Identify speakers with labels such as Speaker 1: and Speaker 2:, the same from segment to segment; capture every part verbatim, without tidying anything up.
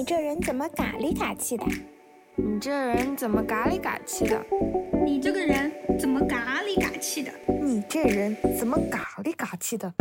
Speaker 1: 这人怎么嘎里嘎气的？
Speaker 2: 你这人怎么嘎里嘎气的？
Speaker 3: 你这个人怎么嘎里嘎气的？
Speaker 1: 你这人怎么嘎里嘎气的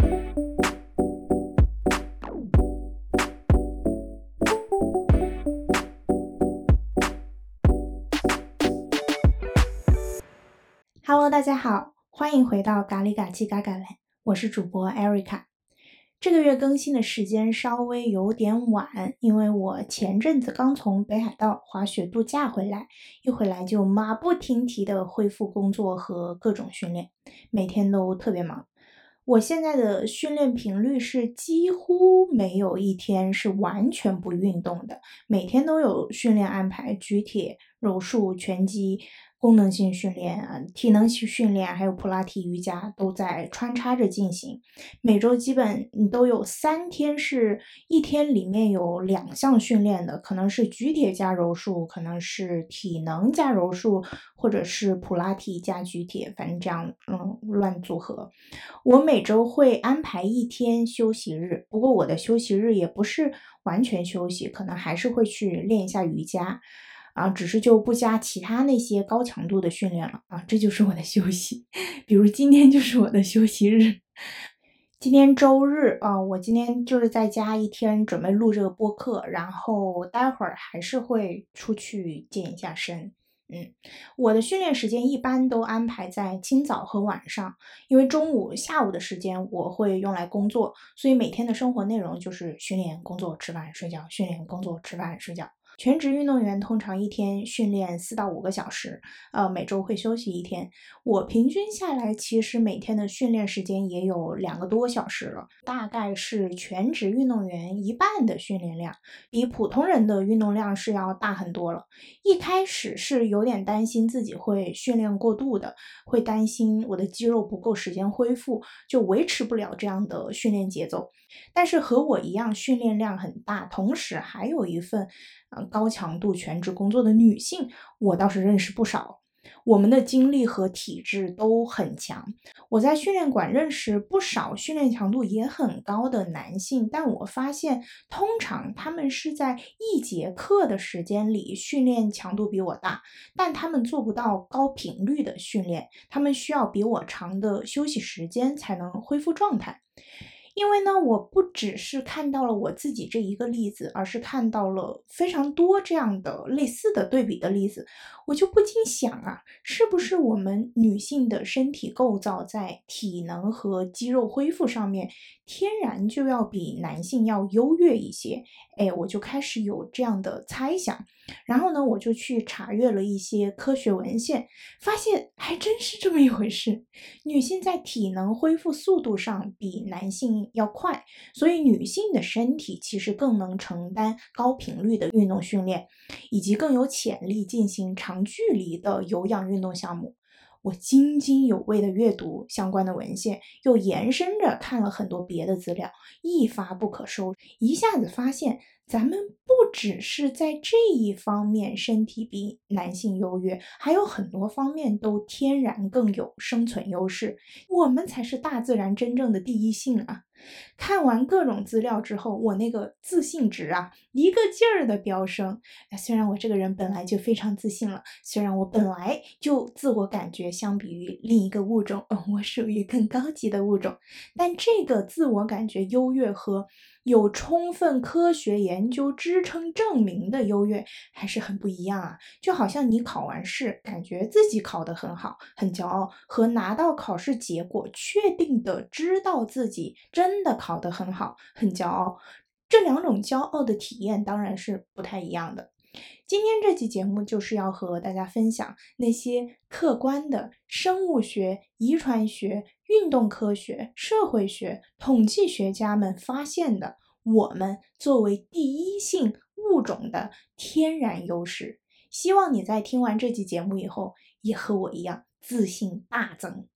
Speaker 4: ？Hello， 大家好，欢迎回到嘎里嘎气嘎嘎来，我是主播 Erica。这个月更新的时间稍微有点晚，因为我前阵子刚从北海道滑雪度假回来，一回来就马不停蹄的恢复工作和各种训练，每天都特别忙。我现在的训练频率是几乎没有一天是完全不运动的，每天都有训练安排，举铁、柔术、拳击、功能性训练、体能性训练，还有普拉提、瑜伽都在穿插着进行。每周基本都有三天是一天里面有两项训练的，可能是举铁加柔术，可能是体能加柔术，或者是普拉提加举铁，反正这样嗯乱组合。我每周会安排一天休息日，不过我的休息日也不是完全休息，可能还是会去练一下瑜伽。啊，只是就不加其他那些高强度的训练了啊，这就是我的休息。比如今天就是我的休息日，今天周日啊，我今天就是在家一天准备录这个播客，然后待会儿还是会出去健一下身。嗯，我的训练时间一般都安排在清早和晚上，因为中午、下午的时间我会用来工作，所以每天的生活内容就是训练、工作、吃饭、睡觉，训练、工作、吃饭、睡觉。全职运动员通常一天训练四到五个小时，呃，每周会休息一天。我平均下来，其实每天的训练时间也有两个多小时了，大概是全职运动员一半的训练量，比普通人的运动量是要大很多了。一开始是有点担心自己会训练过度的，会担心我的肌肉不够时间恢复，就维持不了这样的训练节奏。但是和我一样训练量很大，同时还有一份呃高强度全职工作的女性，我倒是认识不少。我们的精力和体质都很强。我在训练馆认识不少训练强度也很高的男性，但我发现通常他们是在一节课的时间里训练强度比我大，但他们做不到高频率的训练，他们需要比我长的休息时间才能恢复状态。因为呢，我不只是看到了我自己这一个例子，而是看到了非常多这样的类似的对比的例子，我就不禁想啊，是不是我们女性的身体构造在体能和肌肉恢复上面，天然就要比男性要优越一些？哎，我就开始有这样的猜想。然后呢，我就去查阅了一些科学文献，发现还真是这么一回事。女性在体能恢复速度上比男性要快，所以女性的身体其实更能承担高频率的运动训练，以及更有潜力进行长距离的有氧运动项目。我津津有味地阅读相关的文献，又延伸着看了很多别的资料，一发不可收，一下子发现咱们不只是在这一方面身体比男性优越，还有很多方面都天然更有生存优势，我们才是大自然真正的第一性啊！看完各种资料之后，我那个自信值啊，一个劲儿的飙升。虽然我这个人本来就非常自信了，虽然我本来就自我感觉相比于另一个物种，嗯，我属于更高级的物种，但这个自我感觉优越和有充分科学研究支撑证明的优越还是很不一样啊。就好像你考完试感觉自己考得很好，很骄傲，和拿到考试结果确定的知道自己真的考得很好，很骄傲，这两种骄傲的体验当然是不太一样的。今天这期节目就是要和大家分享那些客观的生物学、遗传学、运动科学、社会学、统计学家们发现的我们作为第一性物种的天然优势。希望你在听完这期节目以后，也和我一样自信大增。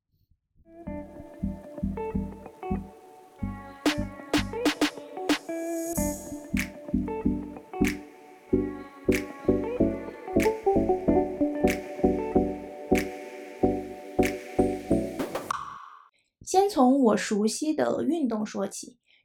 Speaker 4: 先从我熟悉的运动说起，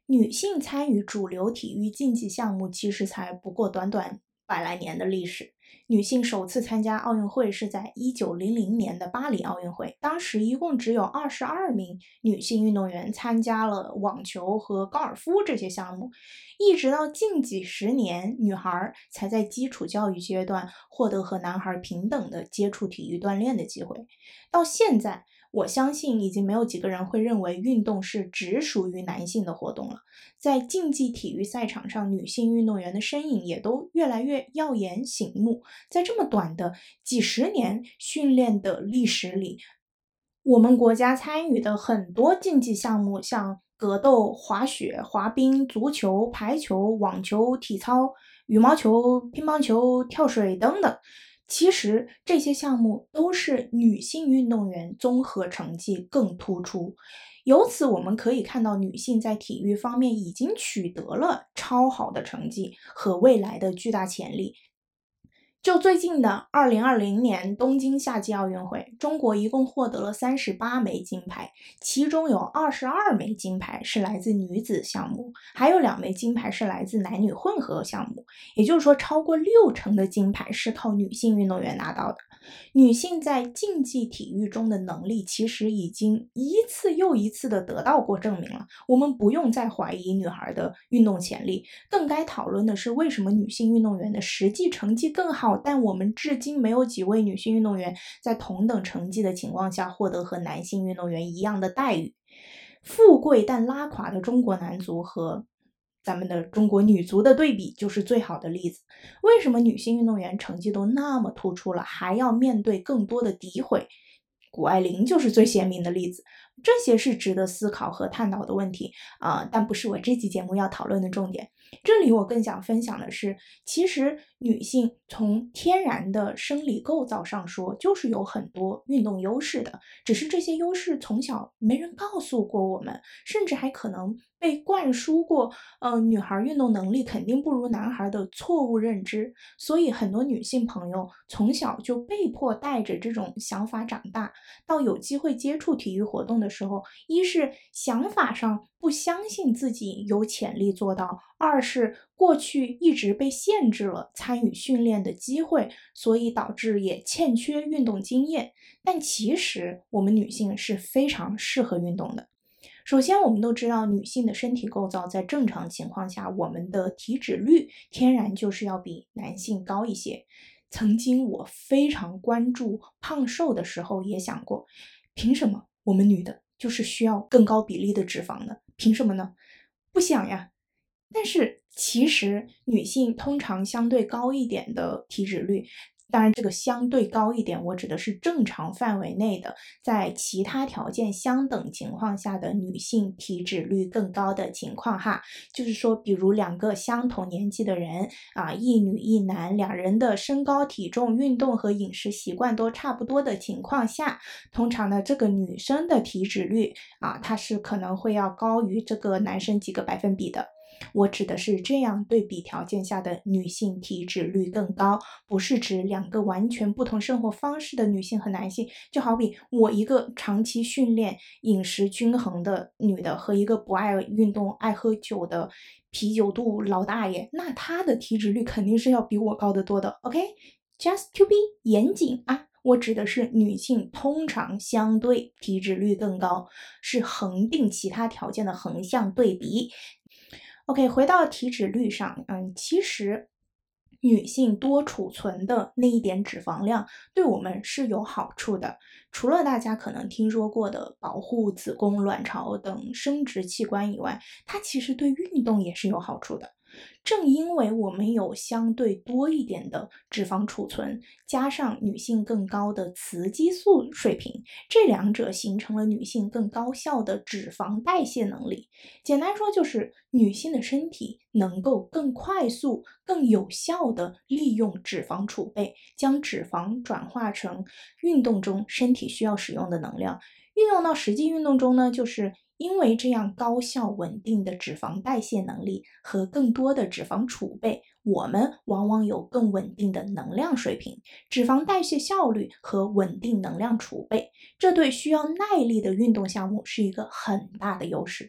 Speaker 4: 女性参与主流体育竞技项目其实才不过短短百来年的历史。女性首次参加奥运会是在一九零零年的巴黎奥运会，当时一共只有二十二名女性运动员参加了网球和高尔夫这些项目，一直到近几十年，女孩才在基础教育阶段获得和男孩平等的接触体育锻炼的机会。到现在，我相信已经没有几个人会认为运动是只属于男性的活动了。在竞技体育赛场上，女性运动员的身影也都越来越耀眼醒目。在这么短的几十年训练的历史里，我们国家参与的很多竞技项目，像格斗、滑雪、滑冰、足球、排球、网球、体操、羽毛球、乒乓球、跳水等等，其实这些项目都是女性运动员综合成绩更突出。由此我们可以看到，女性在体育方面已经取得了超好的成绩和未来的巨大潜力。就最近的二零二零年东京夏季奥运会，中国一共获得了三十八枚金牌，其中有二十二枚金牌是来自女子项目，还有两枚金牌是来自男女混合项目，也就是说超过六成的金牌是靠女性运动员拿到的。女性在竞技体育中的能力其实已经一次又一次的得到过证明了，我们不用再怀疑女孩的运动潜力，更该讨论的是为什么女性运动员的实际成绩更好，但我们至今没有几位女性运动员在同等成绩的情况下获得和男性运动员一样的待遇。富贵但拉垮的中国男足和咱们的中国女足的对比就是最好的例子。为什么女性运动员成绩都那么突出了，还要面对更多的诋毁？谷爱凌就是最鲜明的例子。这些是值得思考和探讨的问题啊、呃，但不是我这期节目要讨论的重点。这里我更想分享的是，其实女性从天然的生理构造上说，就是有很多运动优势的，只是这些优势从小没人告诉过我们，甚至还可能被灌输过呃，女孩运动能力肯定不如男孩的错误认知，所以很多女性朋友从小就被迫带着这种想法长大，到有机会接触体育活动的时候，一是想法上不相信自己有潜力做到，二是过去一直被限制了参与训练的机会，所以导致也欠缺运动经验。但其实我们女性是非常适合运动的。首先我们都知道，女性的身体构造在正常情况下，我们的体脂率天然就是要比男性高一些。曾经我非常关注胖瘦的时候也想过，凭什么我们女的就是需要更高比例的脂肪呢？凭什么呢？不想呀。但是其实女性通常相对高一点的体脂率，当然这个相对高一点我指的是正常范围内的，在其他条件相等情况下的女性体脂率更高的情况哈，就是说比如两个相同年纪的人啊，一女一男，两人的身高体重运动和饮食习惯都差不多的情况下，通常呢这个女生的体脂率啊，它是可能会要高于这个男生几个百分比的。我指的是这样对比条件下的女性体脂率更高，不是指两个完全不同生活方式的女性和男性。就好比我一个长期训练饮食均衡的女的和一个不爱运动爱喝酒的啤酒肚老大爷，那她的体脂率肯定是要比我高得多的。 OK Just to be 严谨啊，我指的是女性通常相对体脂率更高，是恒定其他条件的横向对比。OK， 回到体脂率上，嗯，其实女性多储存的那一点脂肪量对我们是有好处的。除了大家可能听说过的保护子宫、卵巢等生殖器官以外，它其实对运动也是有好处的。正因为我们有相对多一点的脂肪储存，加上女性更高的雌激素水平，这两者形成了女性更高效的脂肪代谢能力。简单说就是女性的身体能够更快速、更有效地利用脂肪储备，将脂肪转化成运动中身体需要使用的能量。运用到实际运动中呢，就是因为这样高效稳定的脂肪代谢能力和更多的脂肪储备，我们往往有更稳定的能量水平。脂肪代谢效率和稳定能量储备，这对需要耐力的运动项目是一个很大的优势。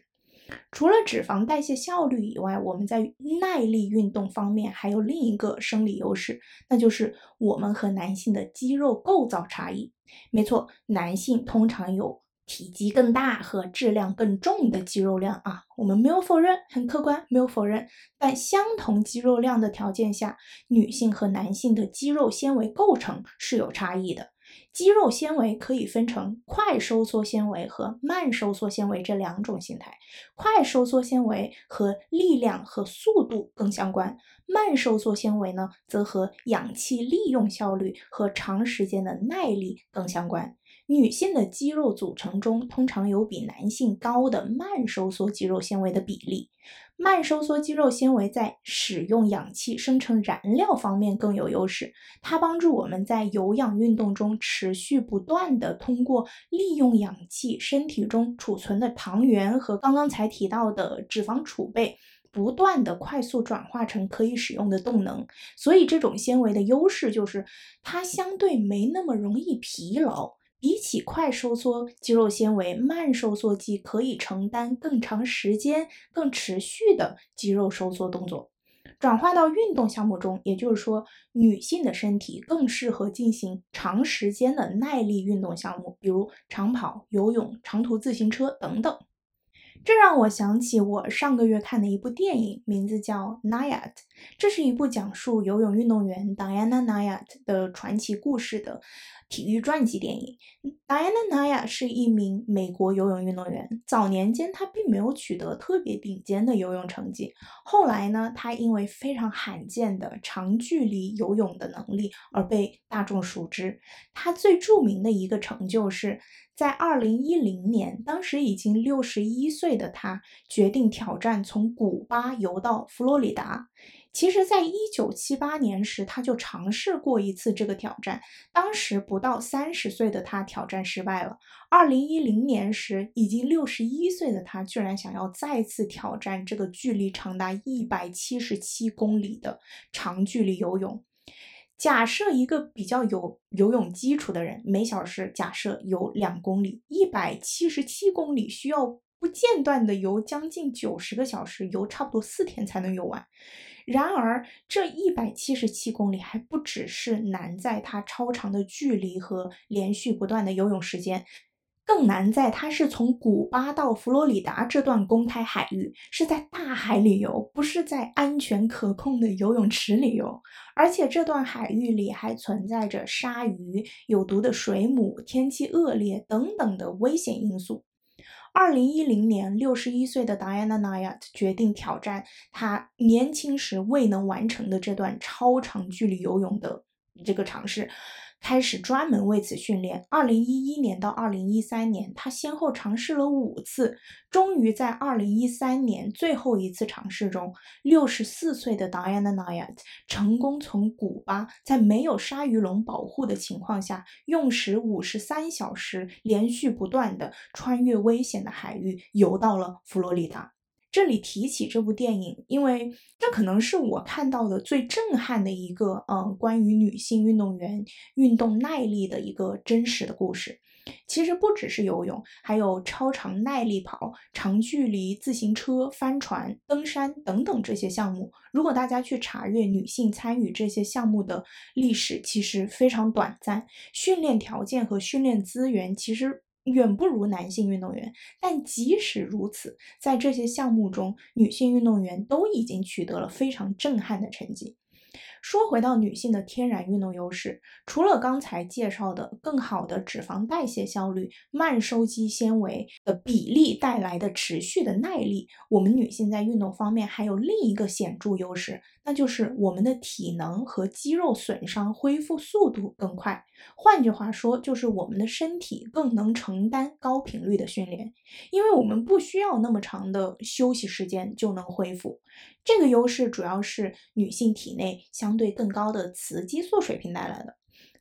Speaker 4: 除了脂肪代谢效率以外，我们在耐力运动方面还有另一个生理优势，那就是我们和男性的肌肉构造差异。没错，男性通常有体积更大和质量更重的肌肉量啊，我们没有否认，很客观，没有否认。但相同肌肉量的条件下，女性和男性的肌肉纤维构成是有差异的。肌肉纤维可以分成快收缩纤维和慢收缩纤维这两种形态。快收缩纤维和力量和速度更相关，慢收缩纤维呢，则和氧气利用效率和长时间的耐力更相关。女性的肌肉组成中通常有比男性高的慢收缩肌肉纤维的比例。慢收缩肌肉纤维在使用氧气生成燃料方面更有优势，它帮助我们在有氧运动中持续不断地通过利用氧气身体中储存的糖原和刚刚才提到的脂肪储备，不断的快速转化成可以使用的动能。所以这种纤维的优势就是它相对没那么容易疲劳。比起快收缩肌肉纤维，慢收缩肌可以承担更长时间、更持续的肌肉收缩动作。转化到运动项目中，也就是说，女性的身体更适合进行长时间的耐力运动项目，比如长跑、游泳、长途自行车等等。这让我想起我上个月看的一部电影，名字叫 Nayat。 这是一部讲述游泳运动员 Diana Nayat 的传奇故事的体育传记电影。 Diana Nayat 是一名美国游泳运动员，早年间她并没有取得特别顶尖的游泳成绩，后来呢，她因为非常罕见的长距离游泳的能力而被大众熟知。她最著名的一个成就是在二零一零年，当时已经六十一岁的他决定挑战从古巴游到佛罗里达。其实在一九七八年时，他就尝试过一次这个挑战，当时不到三十岁的他挑战失败了。二零一零年时，已经六十一岁的他居然想要再次挑战这个距离长达一百七十七公里的长距离游泳。假设一个比较有游泳基础的人，每小时假设游两公里，一百七十七公里需要不间断的游将近九十个小时，游差不多四天才能游完。然而这一百七十七公里还不只是难在它超长的距离和连续不断的游泳时间，更难在它是从古巴到佛罗里达这段公开海域，是在大海里游，不是在安全可控的游泳池里游。而且这段海域里还存在着鲨鱼、有毒的水母、天气恶劣等等的危险因素。二零一零年，六十一岁的 Diana Nayat 决定挑战她年轻时未能完成的这段超长距离游泳的这个尝试，开始专门为此训练。二零一一年到二零一三年，他先后尝试了五次，终于在二零一三年最后一次尝试中，六十四岁的 Diana Nayat 成功从古巴在没有鲨鱼笼保护的情况下，用时五十三小时连续不断的穿越危险的海域，游到了佛罗里达。这里提起这部电影，因为这可能是我看到的最震撼的一个嗯，关于女性运动员运动耐力的一个真实的故事。其实不只是游泳，还有超长耐力跑、长距离自行车、帆船、登山等等这些项目。如果大家去查阅女性参与这些项目的历史，其实非常短暂，训练条件和训练资源其实远不如男性运动员，但即使如此，在这些项目中，女性运动员都已经取得了非常震撼的成绩。说回到女性的天然运动优势，除了刚才介绍的更好的脂肪代谢效率、慢收肌纤维的比例带来的持续的耐力，我们女性在运动方面还有另一个显著优势，那就是我们的体能和肌肉损伤恢复速度更快。换句话说，就是我们的身体更能承担高频率的训练，因为我们不需要那么长的休息时间就能恢复。这个优势主要是女性体内相对更高的雌激素水平带来的。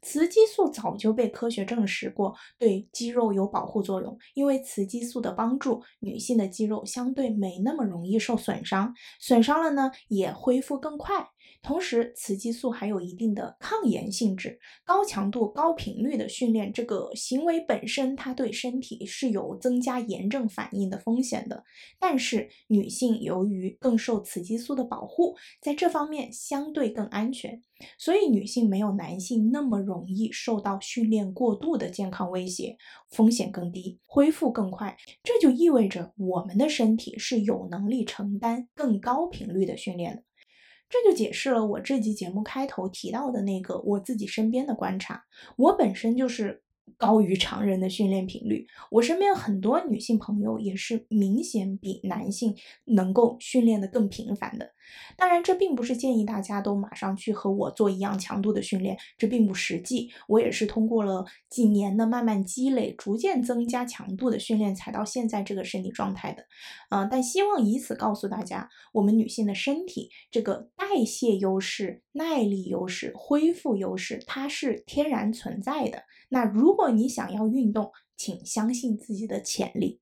Speaker 4: 雌激素早就被科学证实过对肌肉有保护作用，因为雌激素的帮助，女性的肌肉相对没那么容易受损伤，损伤了呢也恢复更快。同时，雌激素还有一定的抗炎性质，高强度、高频率的训练，这个行为本身它对身体是有增加炎症反应的风险的。但是女性由于更受雌激素的保护，在这方面相对更安全，所以女性没有男性那么容易受到训练过度的健康威胁，风险更低，恢复更快。这就意味着我们的身体是有能力承担更高频率的训练的。这就解释了我这期节目开头提到的那个我自己身边的观察，我本身就是高于常人的训练频率，我身边很多女性朋友也是明显比男性能够训练得更频繁的。当然，这并不是建议大家都马上去和我做一样强度的训练，这并不实际。我也是通过了几年的慢慢积累，逐渐增加强度的训练，才到现在这个身体状态的。呃，但希望以此告诉大家，我们女性的身体这个代谢优势、耐力优势、恢复优势，它是天然存在的。那如果你想要运动，请相信自己的潜力。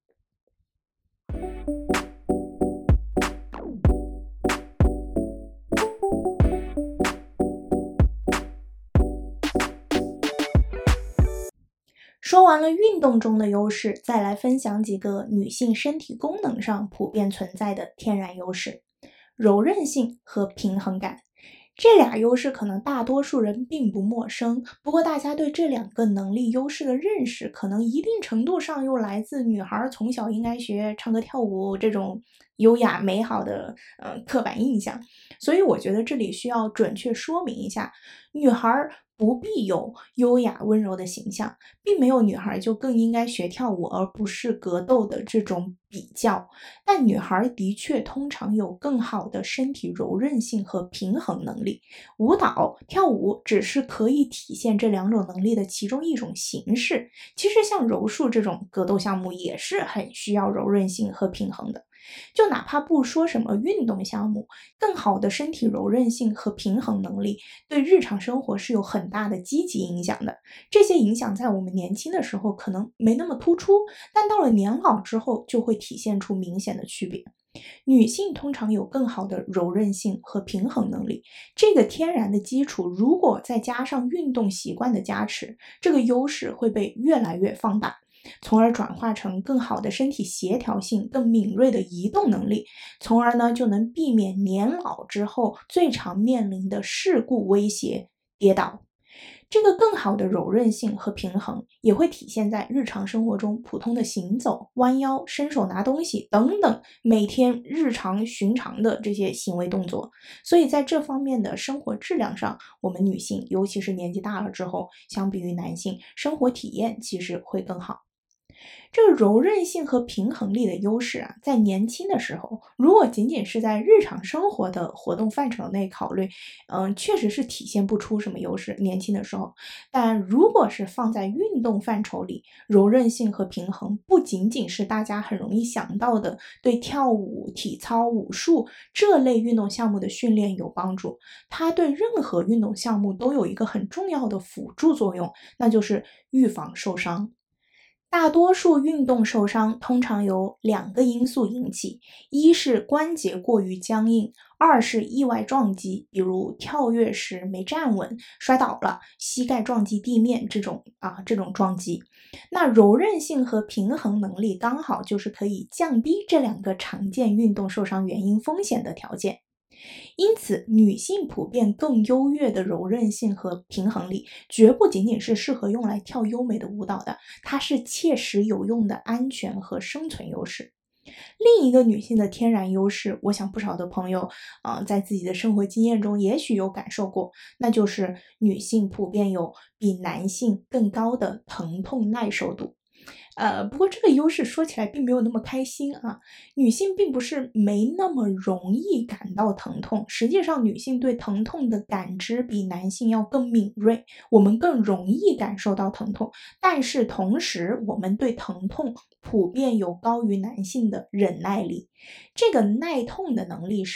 Speaker 4: 说完了运动中的优势，再来分享几个女性身体功能上普遍存在的天然优势：柔韧性和平衡感。这俩优势可能大多数人并不陌生，不过大家对这两个能力优势的认识，可能一定程度上又来自女孩从小应该学唱歌跳舞这种优雅美好的呃刻板印象。所以我觉得这里需要准确说明一下，女孩不必有优雅温柔的形象，并没有女孩就更应该学跳舞而不是格斗的这种比较，但女孩的确通常有更好的身体柔韧性和平衡能力。舞蹈、跳舞只是可以体现这两种能力的其中一种形式，其实像柔术这种格斗项目也是很需要柔韧性和平衡的。就哪怕不说什么运动项目，更好的身体柔韧性和平衡能力对日常生活是有很大的积极影响的。这些影响在我们年轻的时候可能没那么突出，但到了年老之后就会体现出明显的区别。女性通常有更好的柔韧性和平衡能力，这个天然的基础如果再加上运动习惯的加持，这个优势会被越来越放大，从而转化成更好的身体协调性、更敏锐的移动能力，从而呢就能避免年老之后最常面临的事故威胁——跌倒。这个更好的柔韧性和平衡也会体现在日常生活中普通的行走、弯腰、伸手拿东西等等每天日常寻常的这些行为动作。所以在这方面的生活质量上，我们女性尤其是年纪大了之后，相比于男性，生活体验其实会更好。这个柔韧性和平衡力的优势啊，在年轻的时候，如果仅仅是在日常生活的活动范畴内考虑，嗯，确实是体现不出什么优势，年轻的时候。但如果是放在运动范畴里，柔韧性和平衡不仅仅是大家很容易想到的对跳舞、体操、武术这类运动项目的训练有帮助，它对任何运动项目都有一个很重要的辅助作用，那就是预防受伤。大多数运动受伤通常由两个因素引起，一是关节过于僵硬，二是意外撞击，比如跳跃时没站稳，摔倒了，膝盖撞击地面这种啊这种撞击。那柔韧性和平衡能力刚好就是可以降低这两个常见运动受伤原因风险的条件。因此，女性普遍更优越的柔韧性和平衡力，绝不仅仅是适合用来跳优美的舞蹈的，它是切实有用的安全和生存优势。另一个女性的天然优势，我想不少的朋友呃，在自己的生活经验中也许有感受过，那就是女性普遍有比男性更高的疼痛耐受度。呃，不过这个优势说起来并没有那么开心啊。女性并不是没那么容易感到疼痛，实际上女性对疼痛的感知比男性要更敏锐，我们更容易感受到疼痛，但是同时我们对疼痛普遍有高于男性的忍耐力。这个耐痛的能力是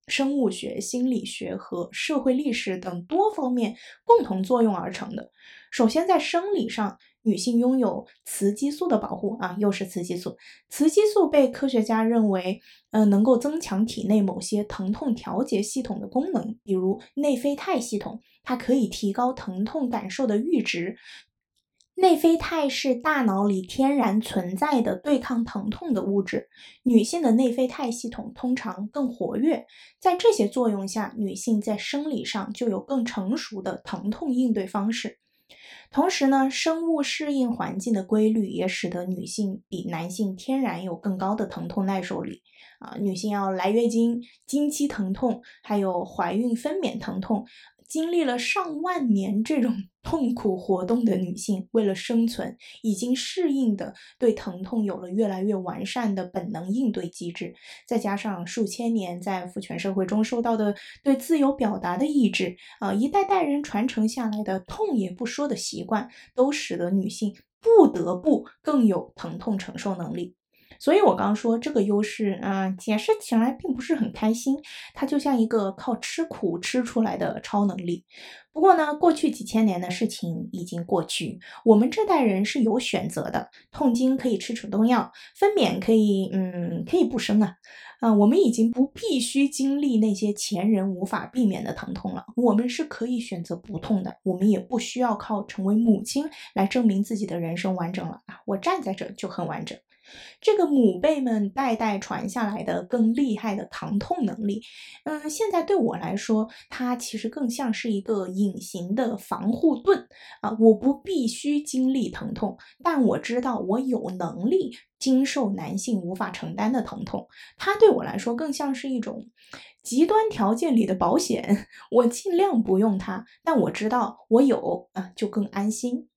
Speaker 4: 生物学、心理学和社会历史等多方面共同作用而成的。首先，在生理上，女性拥有雌激素的保护啊，又是雌激素。雌激素被科学家认为，呃，能够增强体内某些疼痛调节系统的功能，比如内啡肽系统，它可以提高疼痛感受的阈值。内啡肽是大脑里天然存在的对抗疼痛的物质，女性的内啡肽系统通常更活跃，在这些作用下，女性在生理上就有更成熟的疼痛应对方式。同时呢，生物适应环境的规律也使得女性比男性天然有更高的疼痛耐受力啊。女性要来月经、经期疼痛，还有怀孕分娩疼痛，经历了上万年这种痛苦活动的女性，为了生存，已经适应的对疼痛有了越来越完善的本能应对机制，再加上数千年在父权社会中受到的对自由表达的抑制，啊、呃，一代代人传承下来的痛也不说的习惯，都使得女性不得不更有疼痛承受能力。所以我刚说这个优势，嗯、呃，解释起来并不是很开心，它就像一个靠吃苦吃出来的超能力。不过呢，过去几千年的事情已经过去，我们这代人是有选择的，痛经可以吃止痛药，分娩可以，嗯，可以不生啊。啊、呃，我们已经不必须经历那些前人无法避免的疼痛了，我们是可以选择不痛的，我们也不需要靠成为母亲来证明自己的人生完整了啊，我站在这就很完整。这个母辈们代代传下来的更厉害的疼痛能力，嗯，现在对我来说，它其实更像是一个隐形的防护盾啊！我不必须经历疼痛，但我知道我有能力经受男性无法承担的疼痛。它对我来说更像是一种极端条件里的保险，我尽量不用它，但我知道我有啊，就更安心。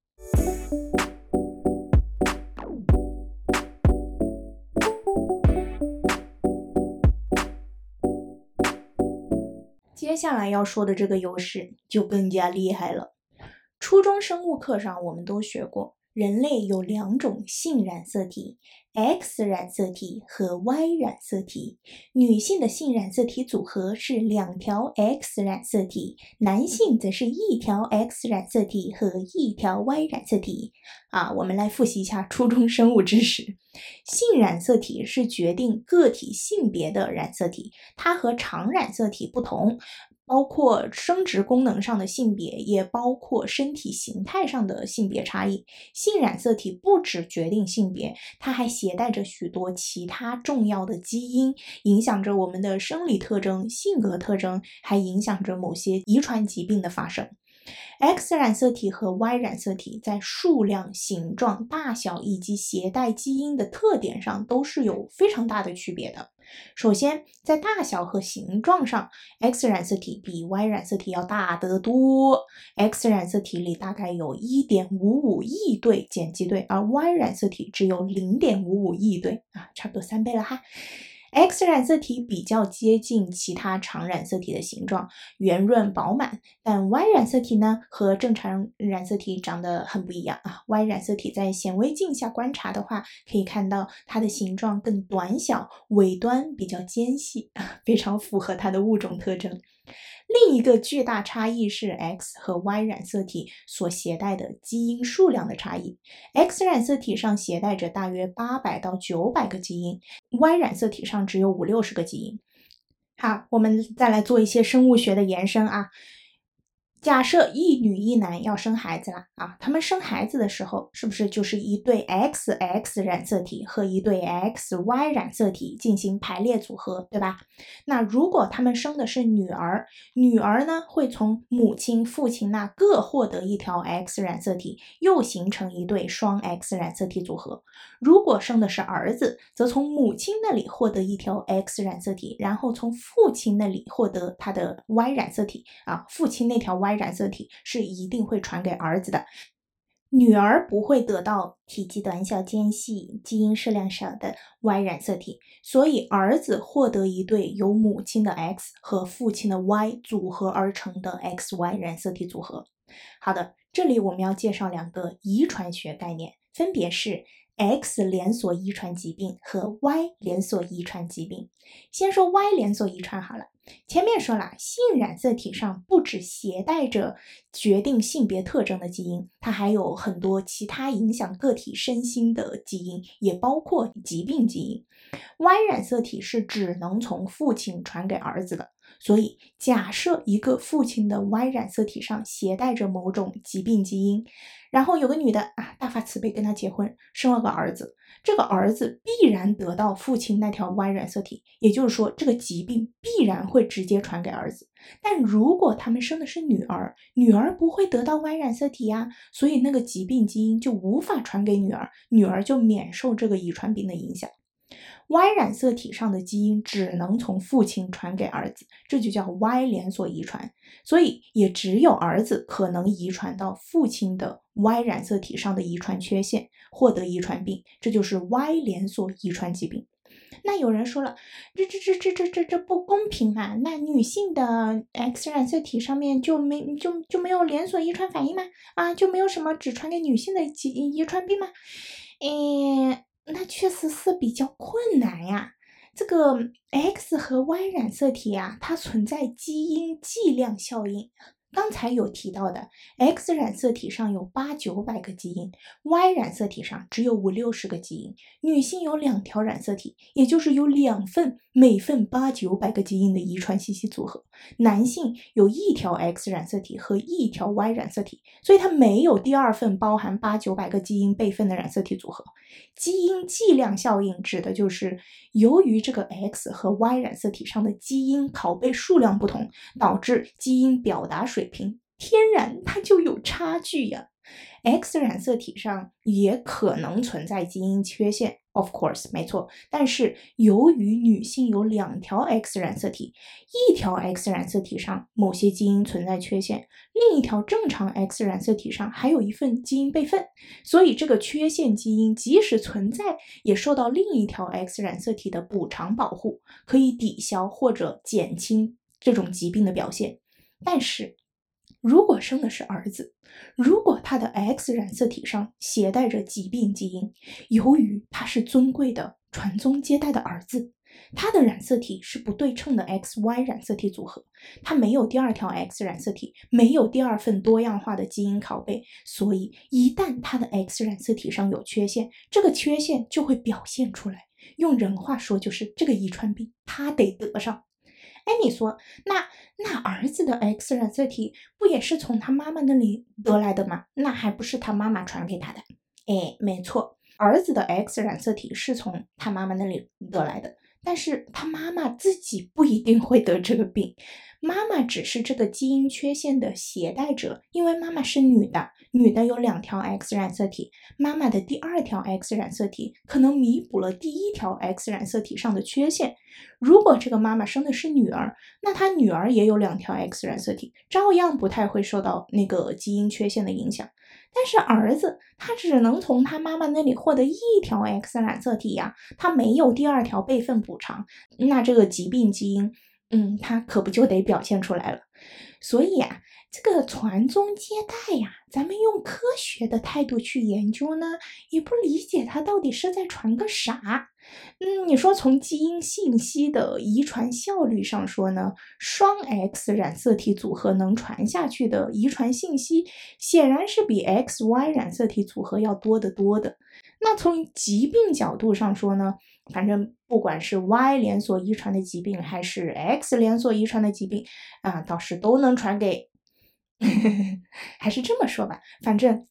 Speaker 4: 接下来要说的这个优势就更加厉害了。初中生物课上我们都学过，人类有两种性染色体， X 染色体和 Y 染色体。女性的性染色体组合是两条 X 染色体，男性则是一条 X 染色体和一条 Y 染色体。啊，我们来复习一下初中生物知识。性染色体是决定个体性别的染色体，它和常染色体不同，包括生殖功能上的性别，也包括身体形态上的性别差异。性染色体不只决定性别，它还携带着许多其他重要的基因，影响着我们的生理特征、性格特征，还影响着某些遗传疾病的发生。X 染色体和 Y 染色体在数量、形状、大小以及携带基因的特点上都是有非常大的区别的。首先，在大小和形状上， X 染色体比 Y 染色体要大得多。X 染色体里大概有 一点五五亿对碱基对，而 Y 染色体只有 零点五五亿对啊，差不多三倍了哈。X 染色体比较接近其他常染色体的形状，圆润饱满，但 Y 染色体呢和正常染色体长得很不一样啊。Y 染色体在显微镜下观察的话，可以看到它的形状更短小，尾端比较尖细，非常符合它的物种特征。另一个巨大差异是 X 和 Y 染色体所携带的基因数量的差异。X 染色体上携带着大约八百到九百个基因， Y 染色体上只有五六十个基因。好，我们再来做一些生物学的延伸啊。假设一女一男要生孩子了啊，他们生孩子的时候，是不是就是一对 X X 染色体和一对 X Y 染色体进行排列组合，对吧？那如果他们生的是女儿，女儿呢会从母亲、父亲那各获得一条 X 染色体，又形成一对双 X 染色体组合。如果生的是儿子，则从母亲那里获得一条 X 染色体，然后从父亲那里获得他的 Y 染色体啊，父亲那条 Y 染色体是一定会传给儿子的。女儿不会得到体积短小、尖细、基因数量少的 Y 染色体，所以儿子获得一对由母亲的 X 和父亲的 Y 组合而成的 X Y 染色体组合。好的，这里我们要介绍两个遗传学概念，分别是 X 连锁遗传疾病和 Y 连锁遗传疾病。先说 Y 连锁遗传好了。前面说了，性染色体上不只携带着决定性别特征的基因，它还有很多其他影响个体身心的基因，也包括疾病基因。Y 染色体是只能从父亲传给儿子的，所以假设一个父亲的 Y 染色体上携带着某种疾病基因，然后有个女的啊，大发慈悲跟他结婚，生了个儿子，这个儿子必然得到父亲那条 Y 染色体，也就是说这个疾病必然会直接传给儿子。但如果他们生的是女儿，女儿不会得到 Y 染色体呀，所以那个疾病基因就无法传给女儿，女儿就免受这个遗传病的影响。Y 染色体上的基因只能从父亲传给儿子，这就叫 Y 连锁遗传，所以也只有儿子可能遗传到父亲的 Y 染色体上的遗传缺陷，获得遗传病，这就是 Y 连锁遗传疾病。那有人说了，这这这这这这这不公平啊！那女性的 X 染色体上面就没就就没有连锁遗传反应吗？啊，就没有什么只传给女性的遗传病吗？诶。那确实是比较困难呀。这个 X 和 Y 染色体啊，它存在基因剂量效应。刚才有提到的 X 染色体上有八九百个基因， Y 染色体上只有五六十个基因。女性有两条染色体，也就是有两份每份八九百个基因的遗传信息组合。男性有一条 X 染色体和一条 Y 染色体，所以它没有第二份包含八九百个基因备份的染色体组合。基因剂量效应指的就是由于这个 X 和 Y 染色体上的基因拷贝数量不同，导致基因表达水平天然它就有差距呀。X 染色体上也可能存在基因缺陷 ，of course， 没错。但是由于女性有两条 X 染色体，一条 X 染色体上某些基因存在缺陷，另一条正常 X 染色体上还有一份基因备份，所以这个缺陷基因即使存在，也受到另一条 X 染色体的补偿保护，可以抵消或者减轻这种疾病的表现。但是如果生的是儿子，如果他的 X 染色体上携带着疾病基因，由于他是尊贵的传宗接代的儿子，他的染色体是不对称的 X Y 染色体组合，他没有第二条 X 染色体，没有第二份多样化的基因拷贝，所以一旦他的 X 染色体上有缺陷，这个缺陷就会表现出来。用人话说就是这个遗传病他得得上。哎，你说那那儿子的 X 染色体不也是从他妈妈那里得来的吗？那还不是他妈妈传给他的？哎，没错，儿子的 X 染色体是从他妈妈那里得来的，但是他妈妈自己不一定会得这个病，妈妈只是这个基因缺陷的携带者，因为妈妈是女的，女的有两条 X 染色体，妈妈的第二条 X 染色体可能弥补了第一条 X 染色体上的缺陷。如果这个妈妈生的是女儿，那她女儿也有两条 X 染色体，照样不太会受到那个基因缺陷的影响。但是儿子他只能从他妈妈那里获得一条 X 染色体呀，他没有第二条备份补偿，那这个疾病基因嗯，他可不就得表现出来了。所以啊，这个传宗接代呀，咱们用科学的态度去研究呢，也不理解它到底是在传个啥。嗯，你说从基因信息的遗传效率上说呢，双 X 染色体组合能传下去的遗传信息，显然是比 X Y 染色体组合要多得多的。那从疾病角度上说呢，反正不管是 Y 连锁遗传的疾病还是 X 连锁遗传的疾病啊，倒是都能传给还是这么说吧，反正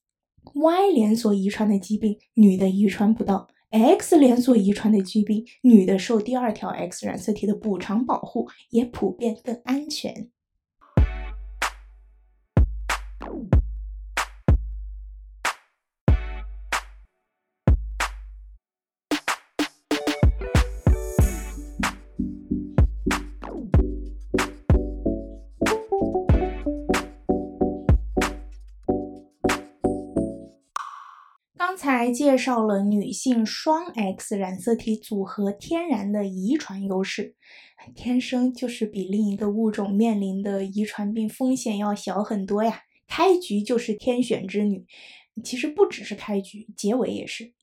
Speaker 4: Y 连锁遗传的疾病女的遗传不到， X 连锁遗传的疾病女的受第二条 X 染色体的补偿保护，也普遍更安全。刚才介绍了女性双 X 染色体组合天然的遗传优势，天生就是比另一个物种面临的遗传病风险要小很多呀，开局就是天选之女。其实不只是开局，结尾也是。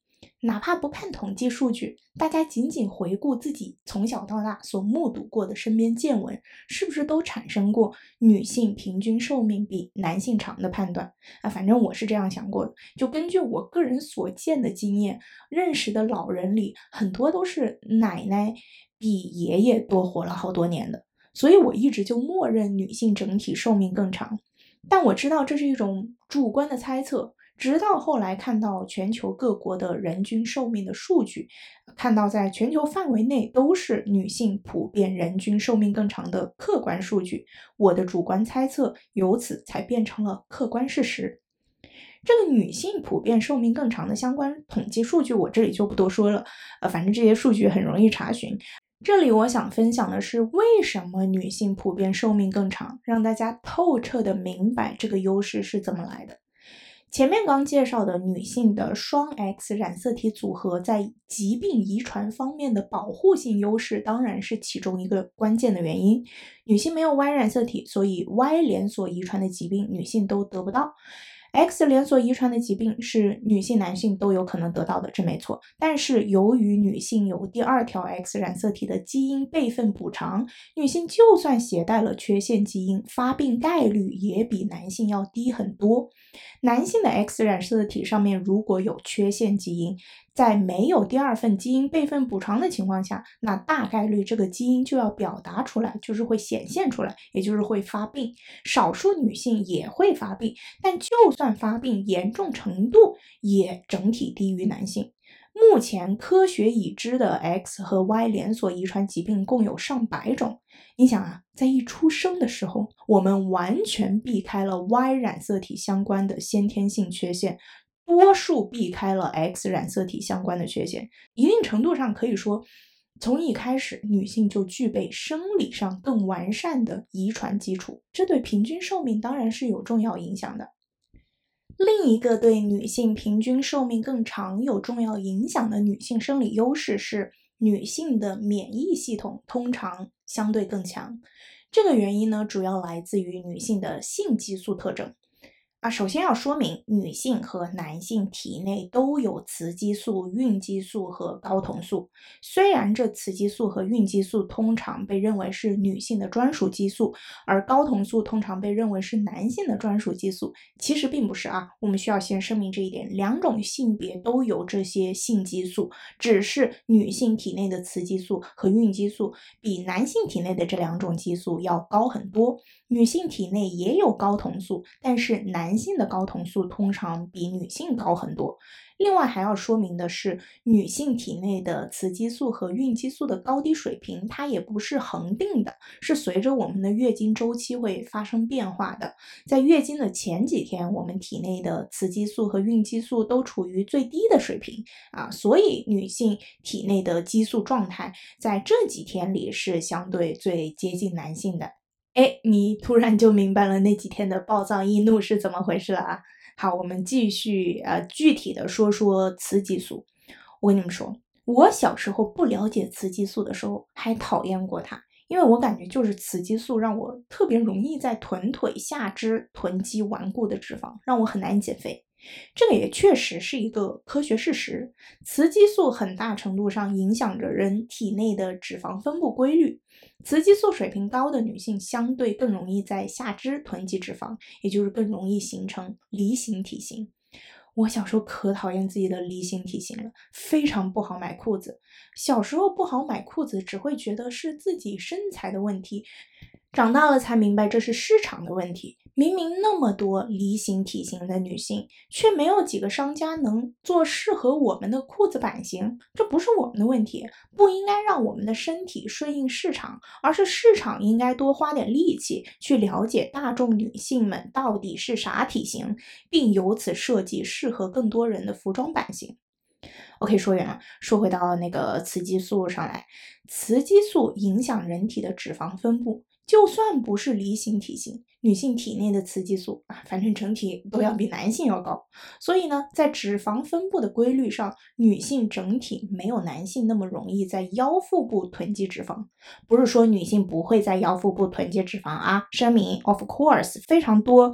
Speaker 4: 哪怕不看统计数据，大家仅仅回顾自己从小到大所目睹过的身边见闻，是不是都产生过女性平均寿命比男性长的判断啊？反正我是这样想过的，就根据我个人所见的经验，认识的老人里很多都是奶奶比爷爷多活了好多年的，所以我一直就默认女性整体寿命更长。但我知道这是一种主观的猜测，直到后来看到全球各国的人均寿命的数据，看到在全球范围内都是女性普遍人均寿命更长的客观数据，我的主观猜测由此才变成了客观事实。这个女性普遍寿命更长的相关统计数据我这里就不多说了，呃，反正这些数据很容易查询。这里我想分享的是为什么女性普遍寿命更长，让大家透彻的明白这个优势是怎么来的。前面刚介绍的女性的双 X 染色体组合在疾病遗传方面的保护性优势当然是其中一个关键的原因。女性没有 Y 染色体，所以 Y 连锁遗传的疾病女性都得不到。X 连锁遗传的疾病是女性男性都有可能得到的，这没错。但是由于女性有第二条 X 染色体的基因备份补偿，女性就算携带了缺陷基因，发病概率也比男性要低很多。男性的 X 染色体上面如果有缺陷基因，在没有第二份基因备份补偿的情况下，那大概率这个基因就要表达出来，就是会显现出来，也就是会发病。少数女性也会发病，但就算发病，严重程度也整体低于男性。目前科学已知的 X 和 Y 连锁遗传疾病共有上百种。你想啊，在一出生的时候，我们完全避开了 Y 染色体相关的先天性缺陷，多数避开了 X 染色体相关的缺陷。一定程度上可以说，从一开始女性就具备生理上更完善的遗传基础，这对平均寿命当然是有重要影响的。另一个对女性平均寿命更长有重要影响的女性生理优势是，女性的免疫系统通常相对更强。这个原因呢，主要来自于女性的性激素特征。啊，首先要说明，女性和男性体内都有雌激素、孕激素和睾酮素。虽然这雌激素和孕激素通常被认为是女性的专属激素，而睾酮素通常被认为是男性的专属激素，其实并不是啊。我们需要先声明这一点，两种性别都有这些性激素，只是女性体内的雌激素和孕激素比男性体内的这两种激素要高很多。女性体内也有睾酮素，但是男性的睾酮素通常比女性高很多。另外还要说明的是，女性体内的雌激素和孕激素的高低水平，它也不是恒定的，是随着我们的月经周期会发生变化的。在月经的前几天，我们体内的雌激素和孕激素都处于最低的水平啊，所以女性体内的激素状态在这几天里是相对最接近男性的。哎，你突然就明白了那几天的暴躁易怒是怎么回事了啊？好，我们继续呃具体的说说雌激素。我跟你们说，我小时候不了解雌激素的时候还讨厌过它，因为我感觉就是雌激素让我特别容易在臀腿下肢囤积顽固的脂肪，让我很难减肥。这个也确实是一个科学事实，雌激素很大程度上影响着人体内的脂肪分布规律。雌激素水平高的女性相对更容易在下肢囤积脂肪，也就是更容易形成梨形体型。我小时候可讨厌自己的梨形体型了，非常不好买裤子。小时候不好买裤子，只会觉得是自己身材的问题，长大了才明白这是市场的问题。明明那么多梨形体型的女性，却没有几个商家能做适合我们的裤子版型，这不是我们的问题，不应该让我们的身体顺应市场，而是市场应该多花点力气去了解大众女性们到底是啥体型，并由此设计适合更多人的服装版型。OK， 说远了，说回到那个雌激素上来，雌激素影响人体的脂肪分布，就算不是梨形体型，女性体内的雌激素啊，反正整体都要比男性要高。所以呢，在脂肪分布的规律上，女性整体没有男性那么容易在腰腹部囤积脂肪。不是说女性不会在腰腹部囤积脂肪啊，声明 of course， 非常多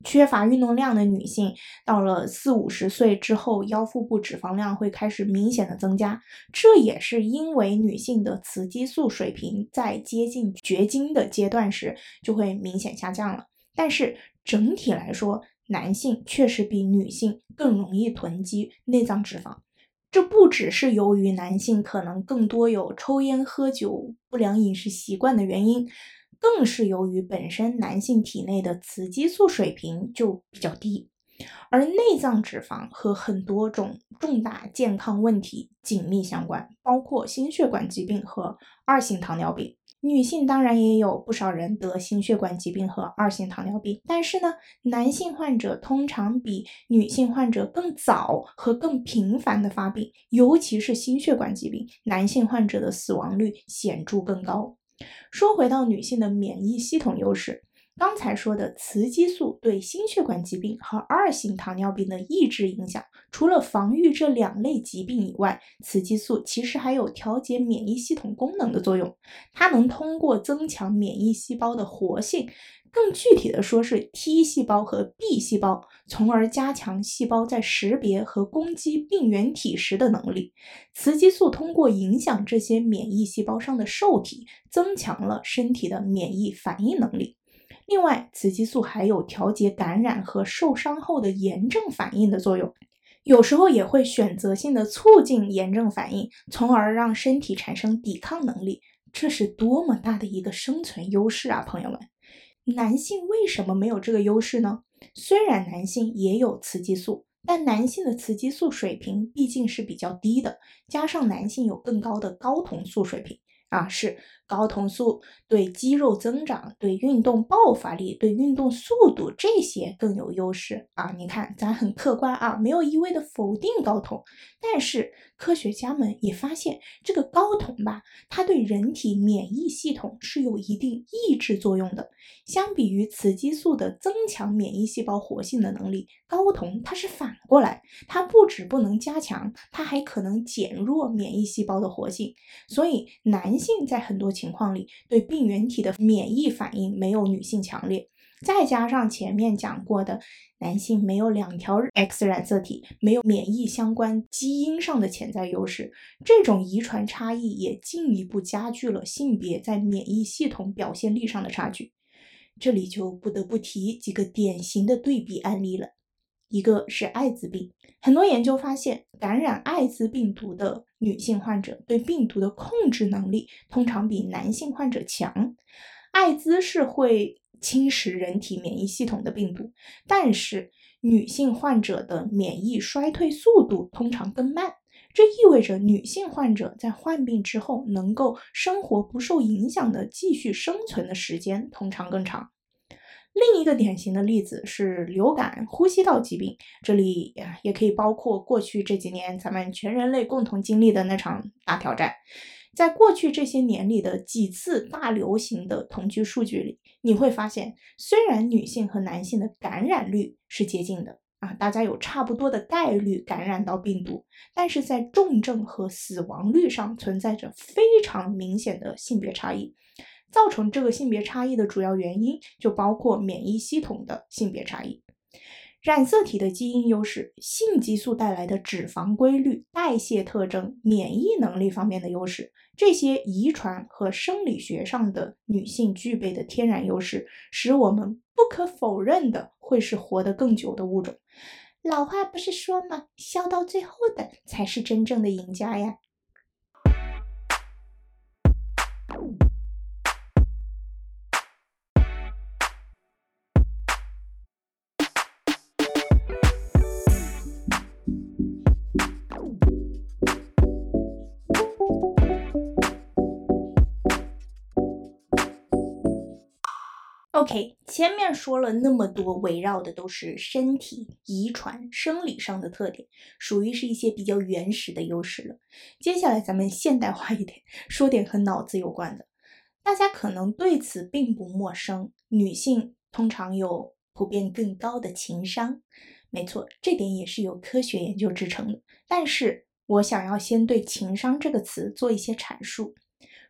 Speaker 4: 缺乏运动量的女性到了四五十岁之后，腰腹部脂肪量会开始明显的增加，这也是因为女性的雌激素水平在接近绝经的阶段时就会明显下降了。但是整体来说，男性确实比女性更容易囤积内脏脂肪，这不只是由于男性可能更多有抽烟喝酒不良饮食习惯的原因，更是由于本身男性体内的雌激素水平就比较低。而内脏脂肪和很多种重大健康问题紧密相关，包括心血管疾病和二型糖尿病。女性当然也有不少人得心血管疾病和二型糖尿病，但是呢，男性患者通常比女性患者更早和更频繁的发病，尤其是心血管疾病，男性患者的死亡率显著更高。说回到女性的免疫系统优势，刚才说的雌激素对心血管疾病和二型糖尿病的抑制影响，除了防御这两类疾病以外，雌激素其实还有调节免疫系统功能的作用。它能通过增强免疫细胞的活性，更具体的说是 T 细胞和 B 细胞，从而加强细胞在识别和攻击病原体时的能力。雌激素通过影响这些免疫细胞上的受体，增强了身体的免疫反应能力。另外，雌激素还有调节感染和受伤后的炎症反应的作用，有时候也会选择性的促进炎症反应，从而让身体产生抵抗能力。这是多么大的一个生存优势啊，朋友们！男性为什么没有这个优势呢？虽然男性也有雌激素，但男性的雌激素水平毕竟是比较低的，加上男性有更高的睾酮素水平啊，是睾酮素对肌肉增长、对运动爆发力、对运动速度这些更有优势啊。你看，咱很客观啊，没有一味的否定睾酮，但是科学家们也发现，这个睾酮吧，它对人体免疫系统是有一定抑制作用的。相比于雌激素的增强免疫细胞活性的能力，睾酮它是反过来，它不只不能加强，它还可能减弱免疫细胞的活性。所以男性在很多情况里对病原体的免疫反应没有女性强烈，再加上前面讲过的男性没有两条 X 染色体，没有免疫相关基因上的潜在优势，这种遗传差异也进一步加剧了性别在免疫系统表现力上的差距。这里就不得不提几个典型的对比案例了。一个是艾滋病，很多研究发现，感染艾滋病毒的女性患者对病毒的控制能力通常比男性患者强。艾滋是会侵蚀人体免疫系统的病毒，但是女性患者的免疫衰退速度通常更慢，这意味着女性患者在患病之后能够生活不受影响的继续生存的时间通常更长。另一个典型的例子是流感、呼吸道疾病，这里也可以包括过去这几年咱们全人类共同经历的那场大挑战。在过去这些年里的几次大流行的统计数据里，你会发现，虽然女性和男性的感染率是接近的啊，大家有差不多的概率感染到病毒，但是在重症和死亡率上存在着非常明显的性别差异。造成这个性别差异的主要原因就包括免疫系统的性别差异。染色体的基因优势、性激素带来的脂肪规律、代谢特征、免疫能力方面的优势，这些遗传和生理学上的女性具备的天然优势，使我们不可否认的会是活得更久的物种。老话不是说吗？笑到最后的才是真正的赢家呀。OK， 前面说了那么多，围绕的都是身体、遗传、生理上的特点，属于是一些比较原始的优势了。接下来咱们现代化一点，说点和脑子有关的。大家可能对此并不陌生，女性通常有普遍更高的情商。没错，这点也是有科学研究支撑的。但是我想要先对情商这个词做一些阐述。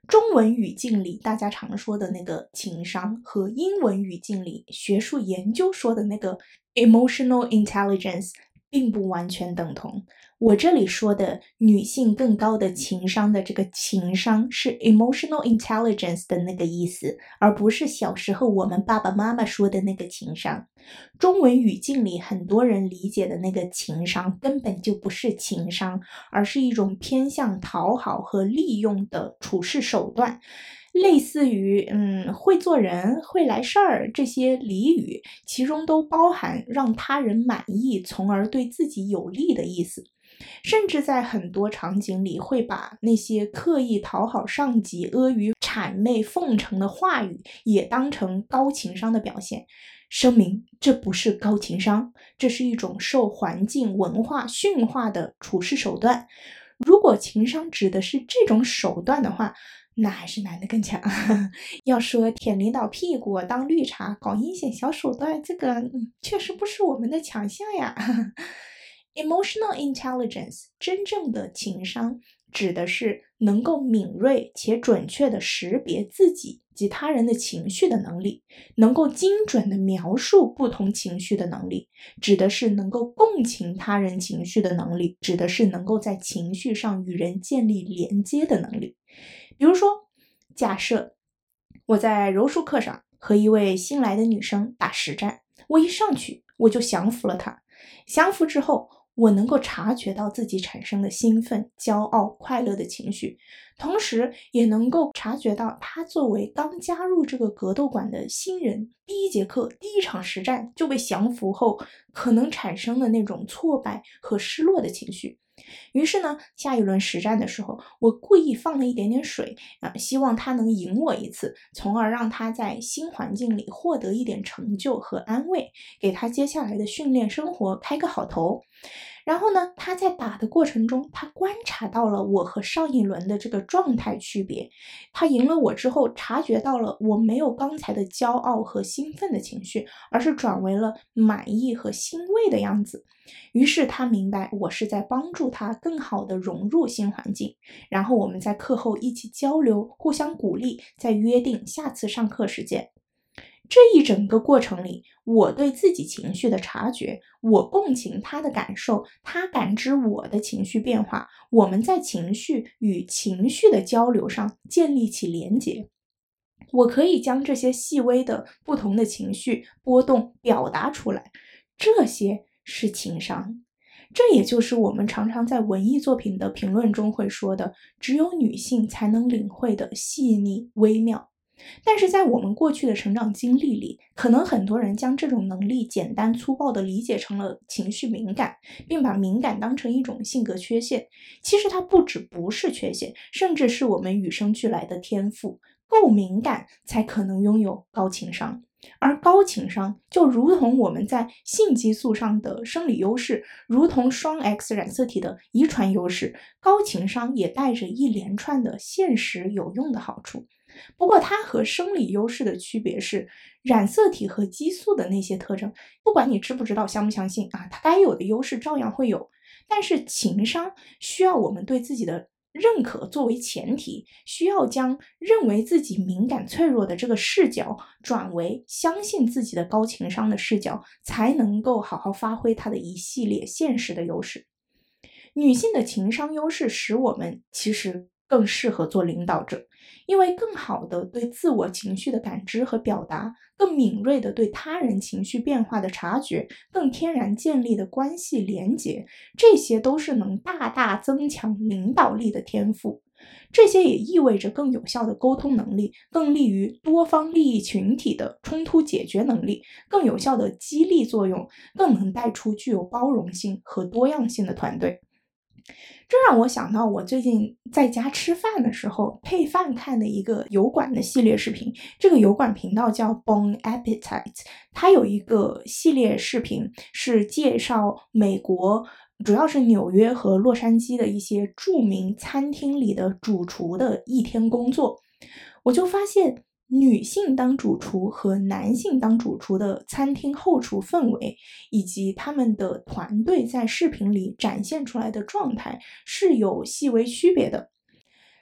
Speaker 4: 中文语境里大家常说的那个情商和英文语境里学术研究说的那个 emotional intelligence 并不完全等同。我这里说的女性更高的情商的这个情商是 emotional intelligence 的那个意思，而不是小时候我们爸爸妈妈说的那个情商。中文语境里很多人理解的那个情商根本就不是情商，而是一种偏向讨好和利用的处事手段，类似于嗯，会做人，会来事儿这些俚语，其中都包含让他人满意从而对自己有利的意思。甚至在很多场景里会把那些刻意讨好上级、阿谀谄媚奉承的话语也当成高情商的表现。声明，这不是高情商，这是一种受环境文化驯化的处事手段。如果情商指的是这种手段的话，那还是男的更强。要说舔领导屁股当绿茶搞阴险小手段，这个、嗯、确实不是我们的强项呀。Emotional intelligence 真正的情商指的是能够敏锐且准确地识别自己及他人的情绪的能力，能够精准地描述不同情绪的能力，指的是能够共情他人情绪的能力，指的是能够在情绪上与人建立连接的能力。比如说，假设我在柔术课上和一位新来的女生打实战，我一上去我就降服了她，降服之后我能够察觉到自己产生的兴奋、骄傲、快乐的情绪，同时也能够察觉到他作为刚加入这个格斗馆的新人，第一节课、第一场实战就被降服后可能产生的那种挫败和失落的情绪。于是呢，下一轮实战的时候，我故意放了一点点水啊，希望他能赢我一次，从而让他在新环境里获得一点成就和安慰，给他接下来的训练生活开个好头。然后呢，他在打的过程中，他观察到了我和上一轮的这个状态区别。他赢了我之后，察觉到了我没有刚才的骄傲和兴奋的情绪，而是转为了满意和欣慰的样子。于是他明白我是在帮助他更好地融入新环境，然后我们在课后一起交流，互相鼓励，再约定下次上课时间。这一整个过程里，我对自己情绪的察觉，我共情他的感受，他感知我的情绪变化，我们在情绪与情绪的交流上建立起连结。我可以将这些细微的不同的情绪波动表达出来，这些是情商。这也就是我们常常在文艺作品的评论中会说的，只有女性才能领会的细腻微妙。但是在我们过去的成长经历里，可能很多人将这种能力简单粗暴地理解成了情绪敏感，并把敏感当成一种性格缺陷。其实它不只不是缺陷，甚至是我们与生俱来的天赋。够敏感才可能拥有高情商，而高情商就如同我们在性激素上的生理优势，如同双 X 染色体的遗传优势，高情商也带着一连串的现实有用的好处。不过它和生理优势的区别是，染色体和激素的那些特征，不管你知不知道相不相信啊，它该有的优势照样会有。但是情商需要我们对自己的认可作为前提，需要将认为自己敏感脆弱的这个视角转为相信自己的高情商的视角，才能够好好发挥它的一系列现实的优势。女性的情商优势使我们其实更适合做领导者，因为更好的对自我情绪的感知和表达，更敏锐的对他人情绪变化的察觉，更天然建立的关系连结，这些都是能大大增强领导力的天赋。这些也意味着更有效的沟通能力，更利于多方利益群体的冲突解决能力，更有效的激励作用，更能带出具有包容性和多样性的团队。这让我想到我最近在家吃饭的时候配饭看的一个油管的系列视频，这个油管频道叫 Bon Appetit， 它有一个系列视频是介绍美国主要是纽约和洛杉矶的一些著名餐厅里的主厨的一天工作。我就发现女性当主厨和男性当主厨的餐厅后厨氛围，以及他们的团队在视频里展现出来的状态是有细微区别的。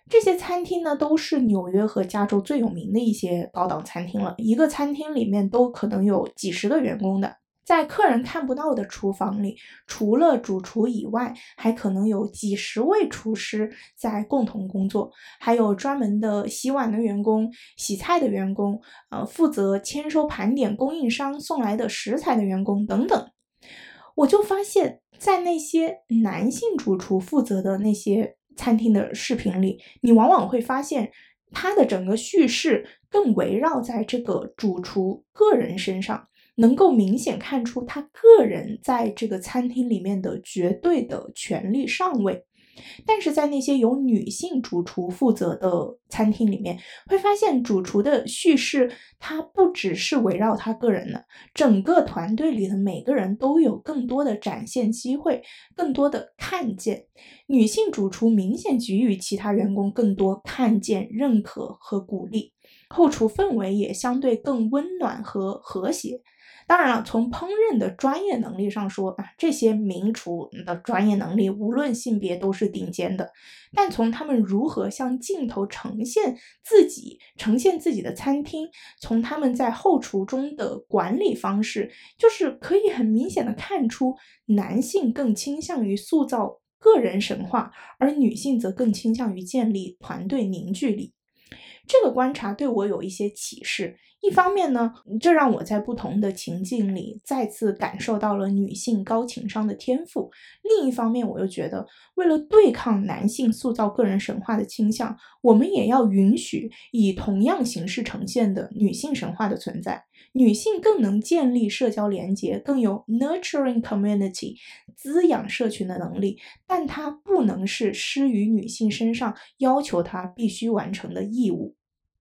Speaker 4: 这些餐厅呢，都是纽约和加州最有名的一些高档餐厅了，一个餐厅里面都可能有几十个员工的。在客人看不到的厨房里，除了主厨以外，还可能有几十位厨师在共同工作，还有专门的洗碗的员工、洗菜的员工，呃，负责签收盘点供应商送来的食材的员工等等。我就发现，在那些男性主厨负责的那些餐厅的视频里，你往往会发现他的整个叙事更围绕在这个主厨个人身上，能够明显看出他个人在这个餐厅里面的绝对的权力上位。但是在那些由女性主厨负责的餐厅里面，会发现主厨的叙事它不只是围绕他个人的，整个团队里的每个人都有更多的展现机会，更多的看见。女性主厨明显给予其他员工更多看见、认可和鼓励，后厨氛围也相对更温暖和和谐。当然了，从烹饪的专业能力上说啊，这些名厨的专业能力无论性别都是顶尖的，但从他们如何向镜头呈现自己呈现自己的餐厅，从他们在后厨中的管理方式，就是可以很明显的看出男性更倾向于塑造个人神话，而女性则更倾向于建立团队凝聚力。这个观察对我有一些启示，一方面呢，这让我在不同的情境里再次感受到了女性高情商的天赋，另一方面我又觉得，为了对抗男性塑造个人神话的倾向，我们也要允许以同样形式呈现的女性神话的存在。女性更能建立社交连结，更有 nurturing community 滋养社群的能力，但它不能是施于女性身上要求她必须完成的义务。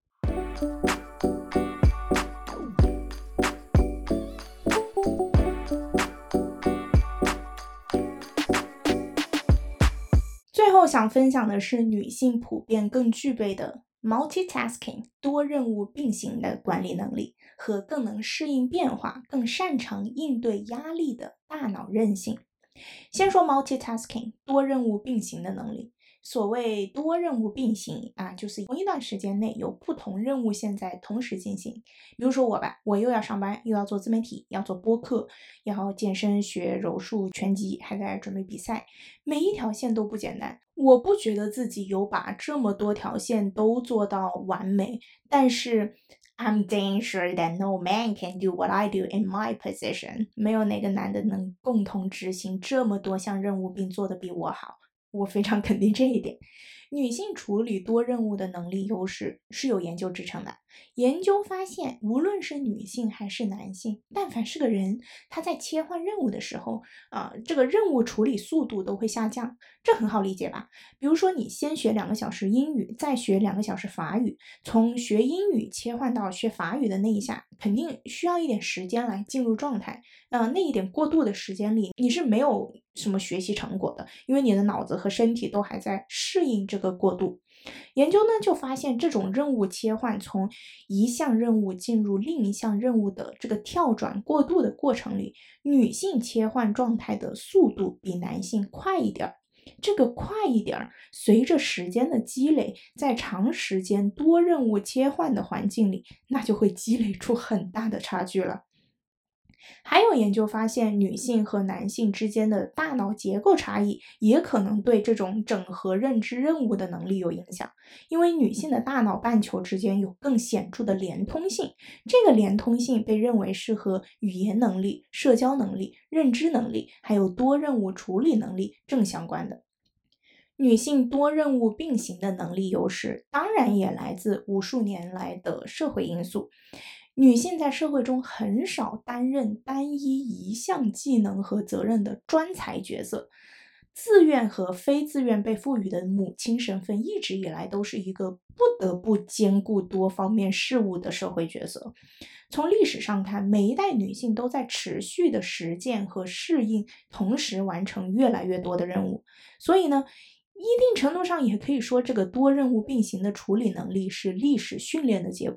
Speaker 4: 最后想分享的是女性普遍更具备的 multitasking 多任务并行的管理能力和更能适应变化、更擅长应对压力的大脑韧性。先说 multitasking 多任务并行的能力。所谓多任务并行啊，就是同一段时间内有不同任务线在同时进行。比如说我吧，我又要上班，又要做自媒体，要做播客，要健身、学柔术、拳击，还在准备比赛，每一条线都不简单。我不觉得自己有把这么多条线都做到完美，但是 I'm damn sure that no man can do what I do in my position。 没有哪个男的能共同执行这么多项任务并做得比我好，我非常肯定这一点。女性处理多任务的能力优势是有研究支撑的。研究发现，无论是女性还是男性，但凡是个人，他在切换任务的时候，呃，这个任务处理速度都会下降。这很好理解吧？比如说你先学两个小时英语，再学两个小时法语，从学英语切换到学法语的那一下，肯定需要一点时间来进入状态。呃，那一点过渡的时间里，你是没有什么学习成果的，因为你的脑子和身体都还在适应这个过渡。研究呢就发现，这种任务切换从一项任务进入另一项任务的这个跳转过渡的过程里，女性切换状态的速度比男性快一点。这个快一点，随着时间的积累，在长时间多任务切换的环境里，那就会积累出很大的差距了。还有研究发现，女性和男性之间的大脑结构差异也可能对这种整合认知任务的能力有影响，因为女性的大脑半球之间有更显著的连通性，这个连通性被认为是和语言能力、社交能力、认知能力还有多任务处理能力正相关的。女性多任务并行的能力优势当然也来自无数年来的社会因素。女性在社会中很少担任单一一项技能和责任的专才角色，自愿和非自愿被赋予的母亲身份一直以来都是一个不得不兼顾多方面事务的社会角色。从历史上看，每一代女性都在持续的实践和适应，同时完成越来越多的任务。所以呢，一定程度上也可以说，这个多任务并行的处理能力是历史训练的结果。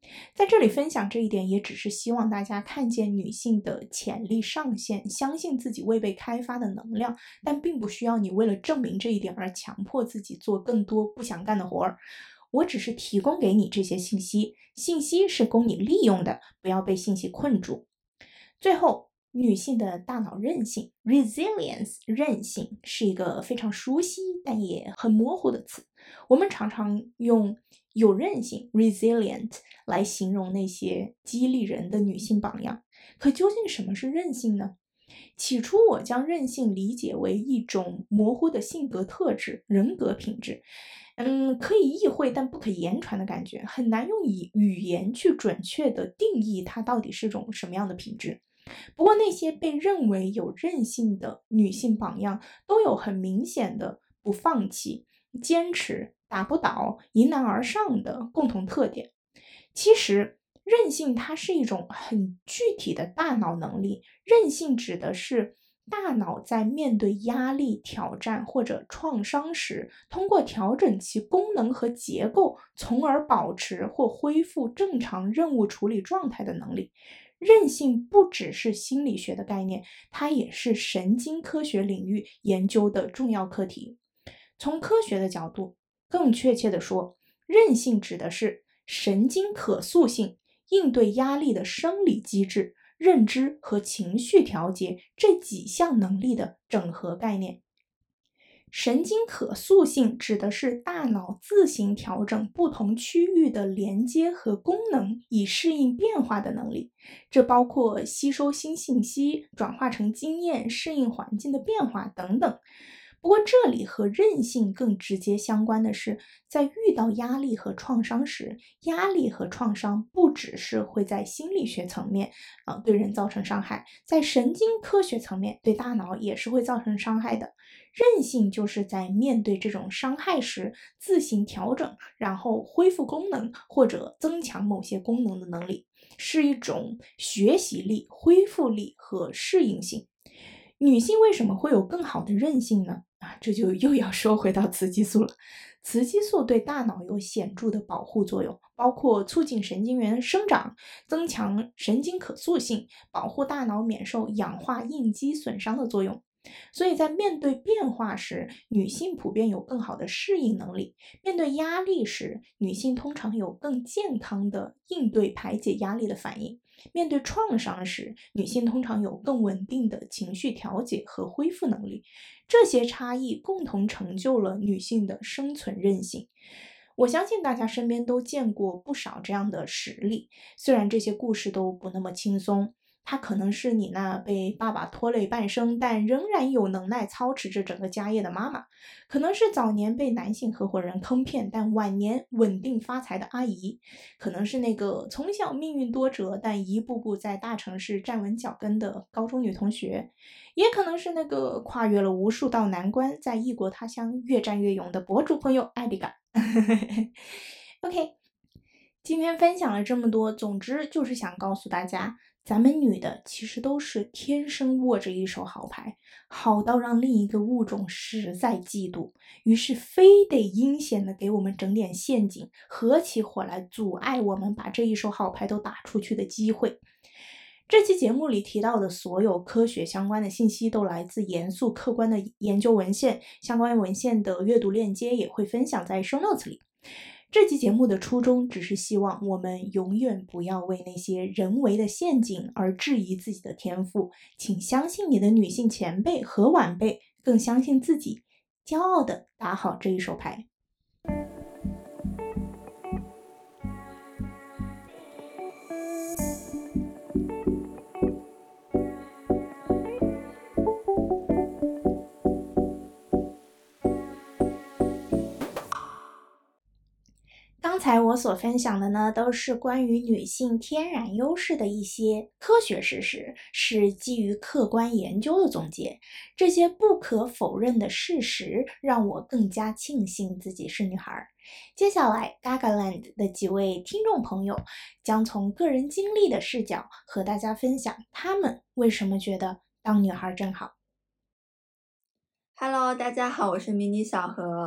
Speaker 4: 在这里分享这一点，也只是希望大家看见女性的潜力上限，相信自己未被开发的能量，但并不需要你为了证明这一点而强迫自己做更多不想干的活儿。我只是提供给你这些信息，信息是供你利用的，不要被信息困住。最后，女性的大脑韧性 resilience 韧性是一个非常熟悉但也很模糊的词，我们常常用有韧性 resilient 来形容那些激励人的女性榜样。可究竟什么是韧性呢？起初我将韧性理解为一种模糊的性格特质、人格品质，嗯，可以意会但不可言传的感觉，很难用以语言去准确的定义它到底是种什么样的品质。不过那些被认为有韧性的女性榜样都有很明显的不放弃、坚持、打不倒、迎难而上的共同特点。其实韧性它是一种很具体的大脑能力，韧性指的是大脑在面对压力、挑战或者创伤时，通过调整其功能和结构，从而保持或恢复正常任务处理状态的能力。韧性不只是心理学的概念，它也是神经科学领域研究的重要课题。从科学的角度，更确切地说，韧性指的是神经可塑性、应对压力的生理机制、认知和情绪调节这几项能力的整合概念。神经可塑性指的是大脑自行调整不同区域的连接和功能，以适应变化的能力。这包括吸收新信息、转化成经验、适应环境的变化等等。不过这里和韧性更直接相关的是，在遇到压力和创伤时，压力和创伤不只是会在心理学层面、呃、对人造成伤害，在神经科学层面对大脑也是会造成伤害的。韧性就是在面对这种伤害时自行调整，然后恢复功能或者增强某些功能的能力，是一种学习力、恢复力和适应性。女性为什么会有更好的韧性呢？啊，这就又要说回到雌激素了。雌激素对大脑有显著的保护作用，包括促进神经元生长、增强神经可塑性、保护大脑免受氧化应激损伤的作用。所以在面对变化时，女性普遍有更好的适应能力；面对压力时，女性通常有更健康的应对排解压力的反应；面对创伤时，女性通常有更稳定的情绪调节和恢复能力。这些差异共同成就了女性的生存韧性。我相信大家身边都见过不少这样的实例，虽然这些故事都不那么轻松。她可能是你那被爸爸拖累半生，但仍然有能耐操持着整个家业的妈妈；可能是早年被男性合伙人坑骗，但晚年稳定发财的阿姨；可能是那个从小命运多折，但一步步在大城市站稳脚跟的高中女同学；也可能是那个跨越了无数道难关，在异国他乡越战越勇的博主朋友艾丽嘎。OK， 今天分享了这么多，总之就是想告诉大家，咱们女的其实都是天生握着一手好牌，好到让另一个物种实在嫉妒，于是非得阴险的给我们整点陷阱，合起伙来阻碍我们把这一手好牌都打出去的机会。这期节目里提到的所有科学相关的信息都来自严肃客观的研究文献，相关文献的阅读链接也会分享在 show notes 里。这期节目的初衷只是希望我们永远不要为那些人为的陷阱而质疑自己的天赋，请相信你的女性前辈和晚辈，更相信自己，骄傲地打好这一手牌。刚才我所分享的呢，都是关于女性天然优势的一些科学事实，是基于客观研究的总结。这些不可否认的事实让我更加庆幸自己是女孩。接下来 Gagaland 的几位听众朋友将从个人经历的视角和大家分享他们为什么觉得当女孩真好。
Speaker 5: Hello， 大家好，我是迷你小何。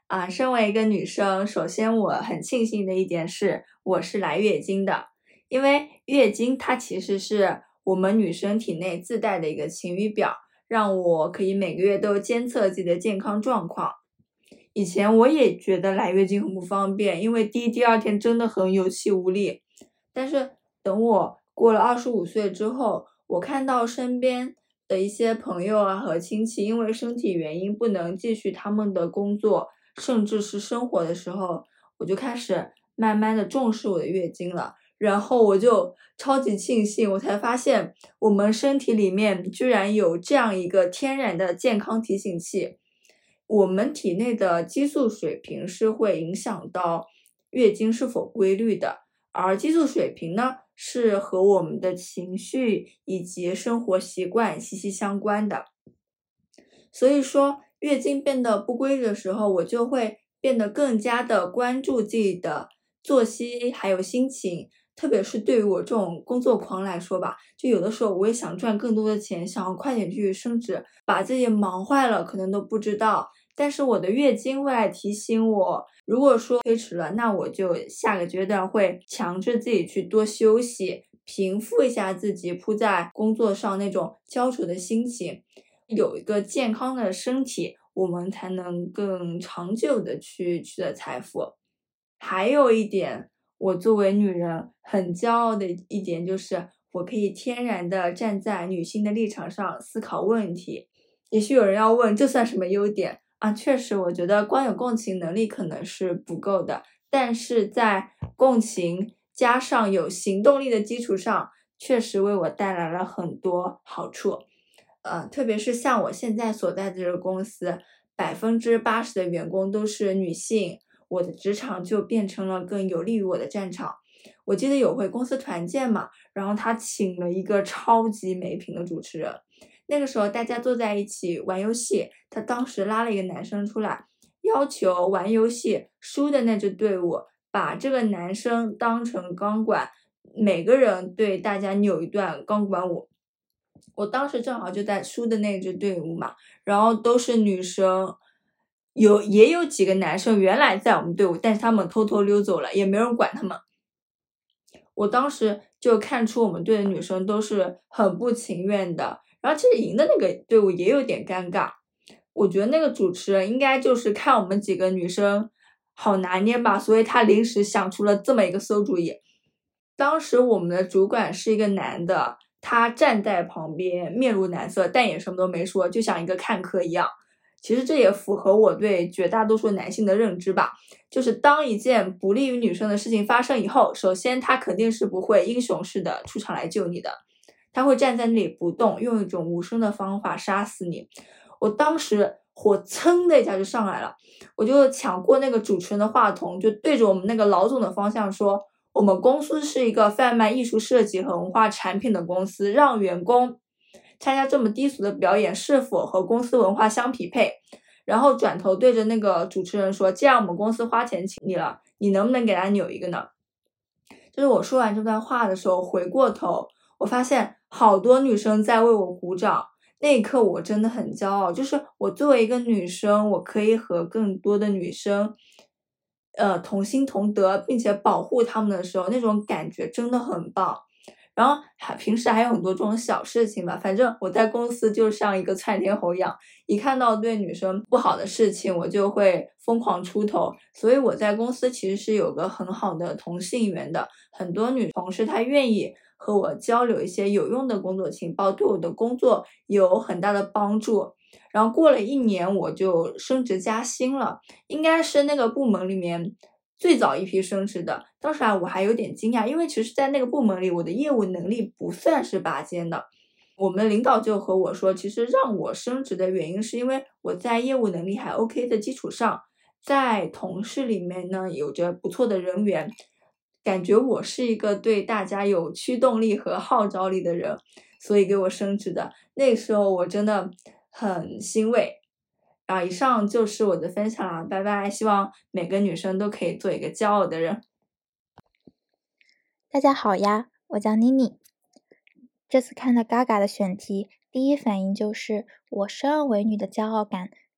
Speaker 5: 啊，身为一个女生，首先我很庆幸的一点是，我是来月经的，因为月经它其实是我们女生体内自带的一个晴雨表，让我可以每个月都监测自己的健康状况。以前我也觉得来月经很不方便，因为第一、第二天真的很有气无力。但是等我过了二十五岁之后，我看到身边的一些朋友啊和亲戚因为身体原因不能继续他们的工作，甚至是生活的时候，我就开始慢慢的重视我的月经了。然后我就超级庆幸，我才发现我们身体里面居然有这样一个天然的健康提醒器。我们体内的激素水平是会影响到月经是否规律的，而激素水平呢，是和我们的情绪以及生活习惯息息相关的。所以说，月经变得不规律的时候，我就会变得更加的关注自己的作息还有心情。特别是对于我这种工作狂来说吧，就有的时候我也想赚更多的钱，想要快点去升职，把自己忙坏了可能都不知道。但是我的月经会来提醒我，如果说推迟了，那我就下个阶段会强制自己去多休息，平复一下自己扑在工作上那种焦灼的心情。有一个健康的身体，我们才能更长久的去取得财富。还有一点，我作为女人很骄傲的一点就是我可以天然的站在女性的立场上思考问题。也许有人要问，这算什么优点啊？确实我觉得光有共情能力可能是不够的，但是在共情加上有行动力的基础上，确实为我带来了很多好处。呃，特别是像我现在所在的这个公司，百分之八十的员工都是女性，我的职场就变成了更有利于我的战场。我记得有回公司团建嘛，然后他请了一个超级没品的主持人。那个时候大家坐在一起玩游戏，他当时拉了一个男生出来，要求玩游戏输的那支队伍把这个男生当成钢管，每个人对大家扭一段钢管舞。我当时正好就在输的那支队伍嘛，然后都是女生，有也有几个男生原来在我们队伍，但是他们偷偷溜走了，也没人管他们。我当时就看出我们队的女生都是很不情愿的，然后其实赢的那个队伍也有点尴尬。我觉得那个主持人应该就是看我们几个女生好拿捏吧，所以他临时想出了这么一个馊主意。当时我们的主管是一个男的，他站在旁边面如难色，但也什么都没说，就像一个看客一样。其实这也符合我对绝大多数男性的认知吧，就是当一件不利于女生的事情发生以后，首先他肯定是不会英雄式的出场来救你的，他会站在那里不动，用一种无声的方法杀死你。我当时火噌的一下就上来了，我就抢过那个主持人的话筒，就对着我们那个老总的方向说，我们公司是一个贩卖艺术设计和文化产品的公司，让员工参加这么低俗的表演是否和公司文化相匹配。然后转头对着那个主持人说，既然我们公司花钱请你了，你能不能给他扭一个呢？就是我说完这段话的时候，回过头我发现好多女生在为我鼓掌，那一刻我真的很骄傲，就是我作为一个女生，我可以和更多的女生呃同心同德，并且保护她们的时候，那种感觉真的很棒。然后还平时还有很多这种小事情吧，反正我在公司就像一个窜天猴一样，一看到对女生不好的事情我就会疯狂出头。所以我在公司其实是有个很好的同性缘的，很多女同事她愿意和我交流一些有用的工作情报，对我的工作有很大的帮助。然后过了一年我就升职加薪了，应该是那个部门里面最早一批升职的。当时啊我还有点惊讶，因为其实在那个部门里我的业务能力不算是拔尖的。我们的领导就和我说，其实让我升职的原因是因为我在业务能力还 OK 的基础上，在同事里面呢有着不错的人缘，感觉我是一个对大家有驱动力和号召力的人，所以给我升职的。那个时候我真的很欣慰。啊，以上就是我的分享啦，拜拜！希望每个女生都可以做一个骄傲的人。
Speaker 6: 大家好呀，我叫妮妮。这次看了 Gaga 的选题，第一反应就是我生而为女的骄傲感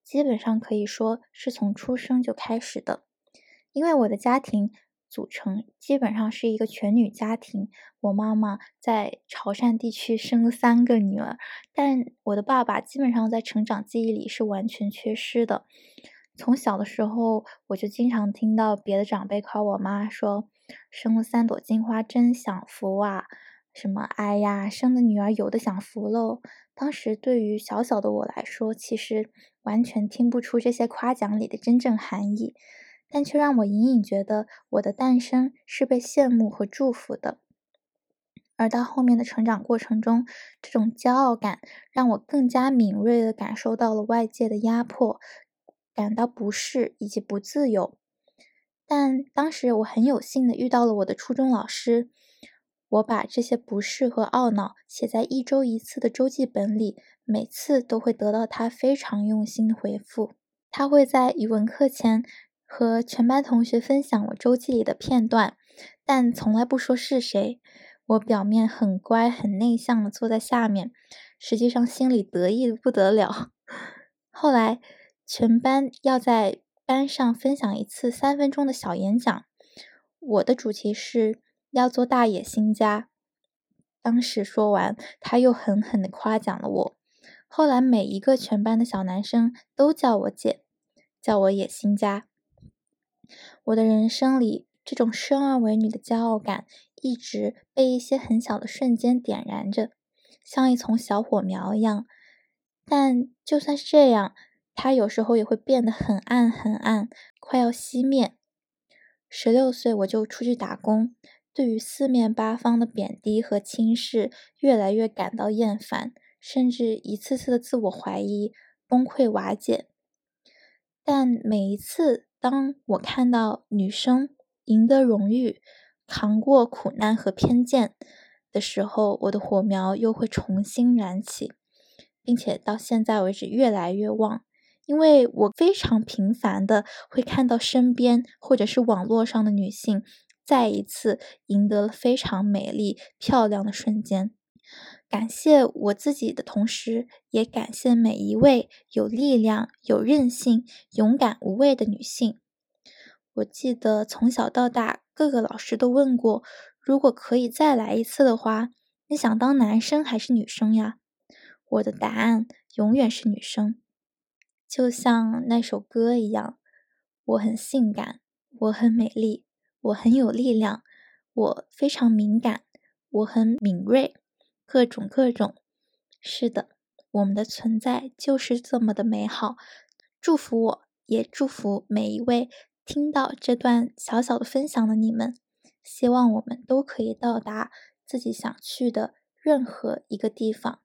Speaker 6: 基本上可以说是从出生就开始的。因为我的家庭组成基本上是一个全女家庭，我妈妈在潮汕地区生了三个女儿，但我的爸爸基本上在成长记忆里是完全缺失的。从小的时候，我就经常听到别的长辈夸我妈说，生了三朵金花真享福啊，什么哎呀，生的女儿有的享福喽。当时对于小小的我来说，其实完全听不出这些夸奖里的真正含义，但却让我隐隐觉得我的诞生是被羡慕和祝福的。而到后面的成长过程中，这种骄傲感让我更加敏锐地感受到了外界的压迫，感到不适以及不自由。但当时我很有幸地遇到了我的初中老师，我把这些不适和懊恼写在一周一次的周记本里，每次都会得到他非常用心的回复。他会在语文课前和全班同学分享我周记里的片段，但从来不说是谁。我表面很乖很内向的坐在下面，实际上心里得意的不得了。后来全班要在班上分享一次三分钟的小演讲，我的主题是要做大野心家。当时说完，他又狠狠地夸奖了我。后来每一个全班的小男生都叫我姐，叫我野心家。我的人生里，这种生而为女的骄傲感一直被一些很小的瞬间点燃着，像一丛小火苗一样。但就算是这样，它有时候也会变得很暗很暗，快要熄灭。十六岁我就出去打工，对于四面八方的贬低和轻视越来越感到厌烦，甚至一次次的自我怀疑，崩溃瓦解。但每一次当我看到女生赢得荣誉，扛过苦难和偏见的时候，我的火苗又会重新燃起，并且到现在为止越来越旺。因为我非常频繁的会看到身边或者是网络上的女性再一次赢得了非常美丽漂亮的瞬间。感谢我自己的同时，也感谢每一位有力量、有韧性、勇敢无畏的女性。我记得从小到大，各个老师都问过，如果可以再来一次的话，你想当男生还是女生呀？我的答案永远是女生。就像那首歌一样，我很性感，我很美丽，我很有力量，我非常敏感，我很敏锐，各种各种。是的，我们的存在就是这么的美好。祝福我，也祝福每一位听到这段小小的分享的你们，希望我们都可以到达自己想去的任何一个地方。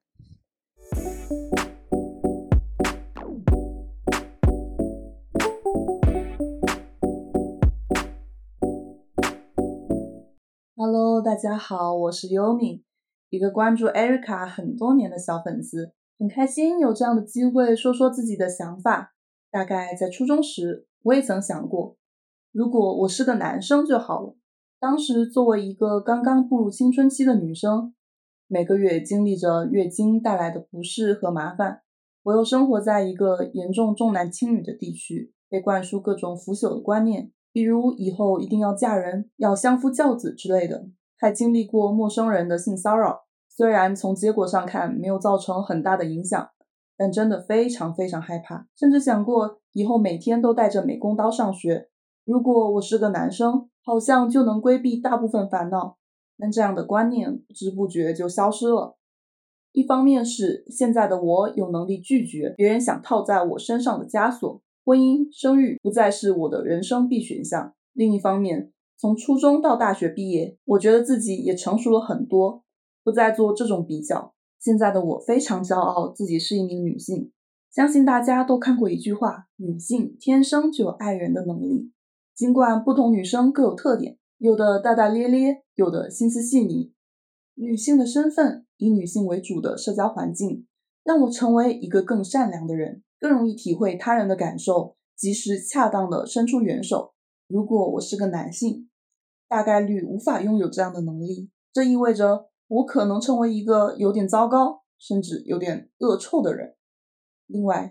Speaker 7: Hello， 大家好，我是 Yomi， 一个关注 Erica 很多年的小粉丝，很开心有这样的机会说说自己的想法。大概在初中时，我也曾想过，如果我是个男生就好了。当时作为一个刚刚步入青春期的女生，每个月经历着月经带来的不适和麻烦，我又生活在一个严重重男轻女的地区，被灌输各种腐朽的观念，比如以后一定要嫁人，要相夫教子之类的，还经历过陌生人的性骚扰。虽然从结果上看没有造成很大的影响，但真的非常非常害怕，甚至想过以后每天都带着美工刀上学。如果我是个男生，好像就能规避大部分烦恼，但这样的观念不知不觉就消失了。一方面是现在的我有能力拒绝别人想套在我身上的枷锁，婚姻、生育不再是我的人生必选项。另一方面，从初中到大学毕业，我觉得自己也成熟了很多，不再做这种比较。现在的我非常骄傲自己是一名女性，相信大家都看过一句话，女性天生就有爱人的能力。尽管不同女生各有特点，有的大大咧咧，有的心思细腻，女性的身份，以女性为主的社交环境，让我成为一个更善良的人，更容易体会他人的感受，及时恰当地伸出援手。如果我是个男性，大概率无法拥有这样的能力，这意味着我可能成为一个有点糟糕，甚至有点恶臭的人。另外，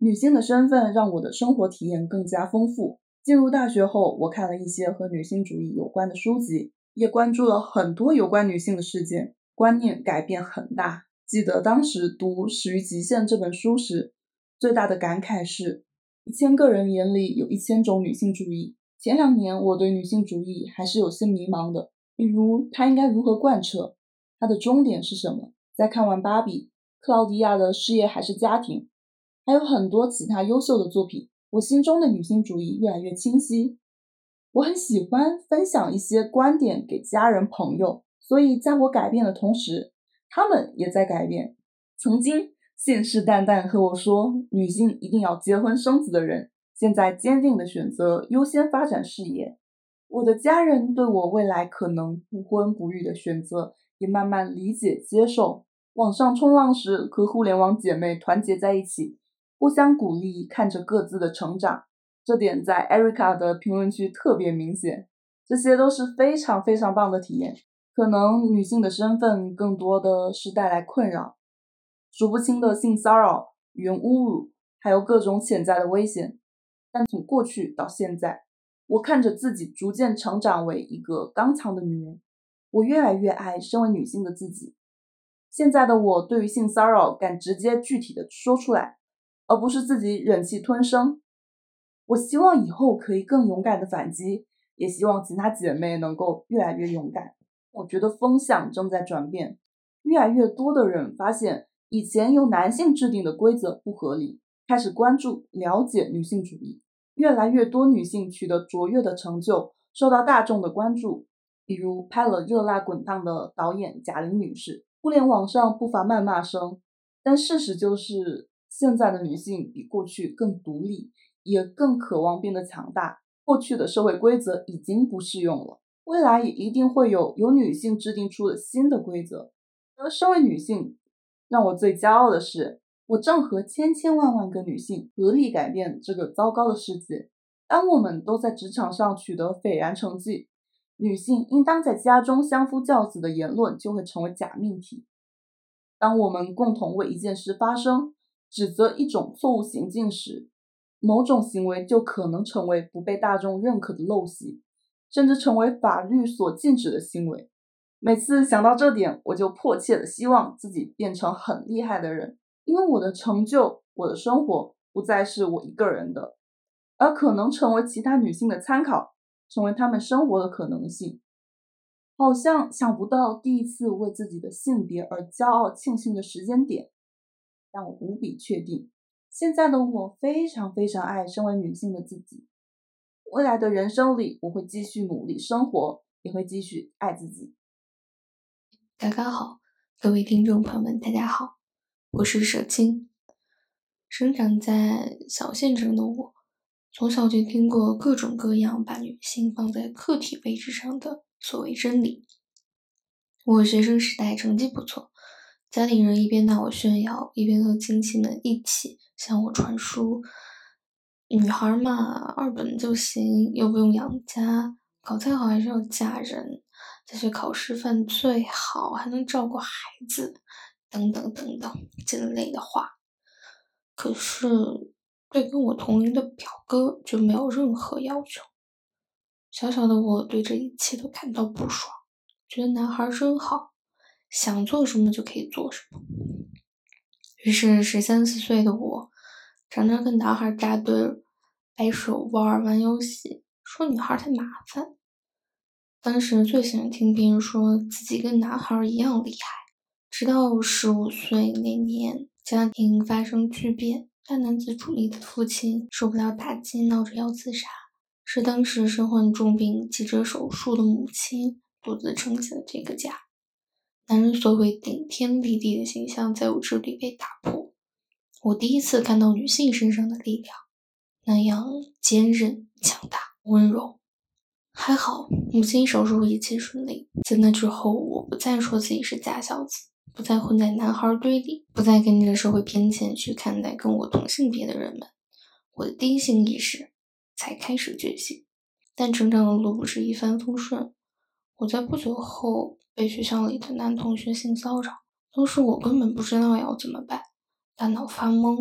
Speaker 7: 女性的身份让我的生活体验更加丰富。进入大学后，我看了一些和女性主义有关的书籍，也关注了很多有关女性的事件，观念改变很大。记得当时读《始于极限》这本书时，最大的感慨是一千个人眼里有一千种女性主义。前两年我对女性主义还是有些迷茫的，比如它应该如何贯彻，它的终点是什么。在看完芭比、克劳迪亚的事业还是家庭，还有很多其他优秀的作品，我心中的女性主义越来越清晰。我很喜欢分享一些观点给家人朋友，所以在我改变的同时，他们也在改变。曾经信誓旦旦和我说女性一定要结婚生子的人，现在坚定地选择优先发展事业。我的家人对我未来可能不婚不育的选择也慢慢理解接受。网上冲浪时和互联网姐妹团结在一起，互相鼓励，看着各自的成长，这点在 Erica 的评论区特别明显。这些都是非常非常棒的体验。可能女性的身份更多的是带来困扰，数不清的性骚扰、语言侮辱，还有各种潜在的危险。但从过去到现在，我看着自己逐渐成长为一个刚强的女人，我越来越爱身为女性的自己。现在的我对于性骚扰敢直接具体的说出来，而不是自己忍气吞声。我希望以后可以更勇敢的反击，也希望其他姐妹能够越来越勇敢。我觉得风向正在转变，越来越多的人发现以前由男性制定的规则不合理，开始关注了解女性主义。越来越多女性取得卓越的成就，受到大众的关注，比如拍了《热辣滚烫》的导演贾玲女士。互联网上不乏谩骂声，但事实就是现在的女性比过去更独立，也更渴望变得强大。过去的社会规则已经不适用了，未来也一定会有由女性制定出的新的规则。而身为女性，让我最骄傲的是，我正和千千万万个女性合力改变这个糟糕的世界。当我们都在职场上取得斐然成绩，女性应当在家中相夫教子的言论就会成为假命题。当我们共同为一件事发声，指责一种错误行径时，某种行为就可能成为不被大众认可的陋习，甚至成为法律所禁止的行为。每次想到这点，我就迫切的希望自己变成很厉害的人，因为我的成就，我的生活不再是我一个人的，而可能成为其他女性的参考，成为她们生活的可能性。好像想不到第一次为自己的性别而骄傲庆幸的时间点，但我无比确定，现在的我非常非常爱身为女性的自己。未来的人生里，我会继续努力生活，也会继续爱自己。
Speaker 2: 大家好，各位听众朋友们，大家好，我是舍青。生长在小县城的我，从小就听过各种各样把女性放在客体位置上的所谓真理。我学生时代成绩不错，家里人一边拿我炫耀，一边和亲戚们一起向我传输，女孩嘛，二本就行，又不用养家，考再好还是要嫁人，再去考师范最好，还能照顾孩子，等等等等这类的话。可是对跟我同龄的表哥就没有任何要求。小小的我对这一切都感到不爽，觉得男孩真好，想做什么就可以做什么。于是十三四岁的我常常跟男孩扎堆，掰手腕玩游戏，说女孩太麻烦。当时最喜欢听别人说自己跟男孩一样厉害。直到十五岁那年，家庭发生巨变，大男子主义的父亲受不了打击，闹着要自杀，是当时身患重病急着手术的母亲独自撑起了这个家。男人所谓顶天立地的形象在我这里被打破。我第一次看到女性身上的力量，那样坚韧、强大、温柔。还好，母亲手术一切顺利。在那之后，我不再说自己是假小子，不再混在男孩堆里，不再跟着社会偏见去看待跟我同性别的人们。我的第一性意识才开始觉醒。但成长的路不是一帆风顺。我在不久后被学校里的男同学性骚扰，当时我根本不知道要怎么办，大脑发懵，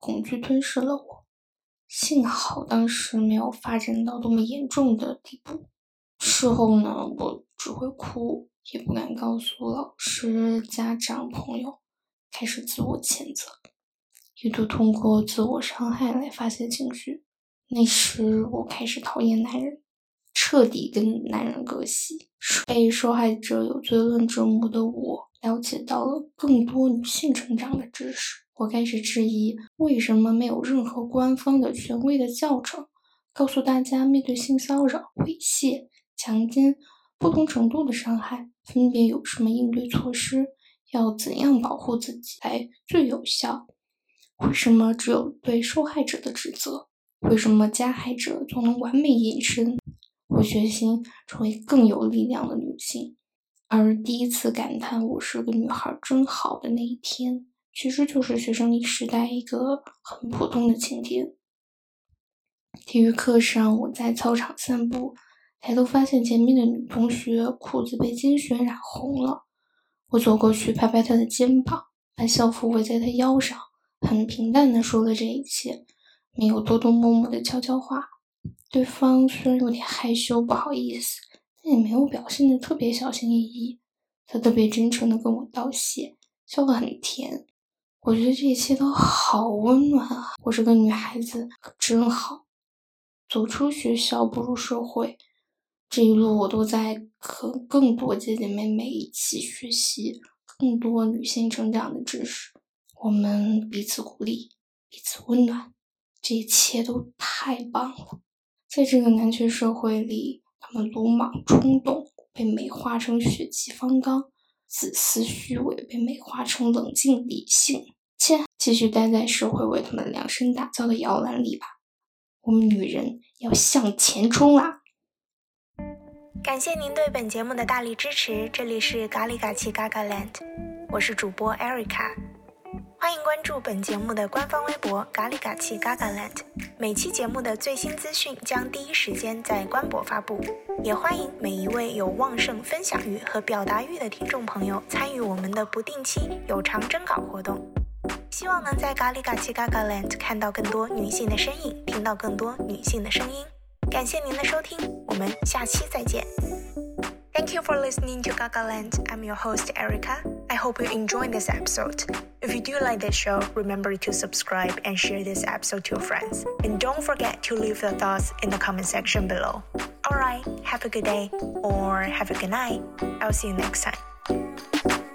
Speaker 2: 恐惧吞噬了我。幸好当时没有发展到多么严重的地步。事后呢，我只会哭，也不敢告诉老师、家长、朋友，开始自我谴责，一度通过自我伤害来发泄情绪。那时我开始讨厌男人，彻底跟男人割席。被受害者有罪论折磨的我，了解到了更多女性成长的知识。我开始质疑，为什么没有任何官方的权威的教程，告诉大家面对性骚扰、猥亵、强奸不同程度的伤害，分别有什么应对措施，要怎样保护自己才最有效？为什么只有对受害者的指责？为什么加害者总能完美隐身？我决心成为更有力量的女性。而第一次感叹我是个女孩真好的那一天，其实就是学生历时代一个很普通的晴天。体育课上，我在操场散步，抬头发现前面的女同学裤子被金璇染红了。我走过去拍拍她的肩膀，把校服围在她腰上，很平淡地说了这一切，没有偷偷摸摸的悄悄话。对方虽然有点害羞不好意思，但也没有表现得特别小心翼翼。他特别真诚地跟我道谢，笑得很甜。我觉得这一切都好温暖啊！我是个女孩子，可真好。走出学校，步入社会，这一路我都在和更多姐姐妹妹一起学习更多女性成长的知识。我们彼此鼓励，彼此温暖，这一切都太棒了。在这个男权社会里，他们鲁莽冲动被美化成血气方刚，自私虚伪被美化成冷静理性。切，继续待在社会为他们量身打造的摇篮里吧。我们女人要向前冲啊！
Speaker 1: 感谢您对本节目的大力支持，这里是咖喱嘎气嘎嘎 land， 我是主播 Erica。欢迎关注本节目的官方微博咖喱嘎气嘎嘎 land， 每期节目的最新资讯将第一时间在官博发布。也欢迎每一位有旺盛分享欲和表达欲的听众朋友参与我们的不定期有偿征稿活动。希望能在咖喱嘎气嘎嘎 land 看到更多女性的身影，听到更多女性的声音。感谢您的收听，我们下期再见。Thank you for listening to Gaga Land. I'm your host, Erica. I hope you enjoyed this episode. If you do like this show, remember to subscribe and share this episode to your friends. And don't forget to leave your thoughts in the comment section below. Alright, have a good day or have a good night. I'll see you next time.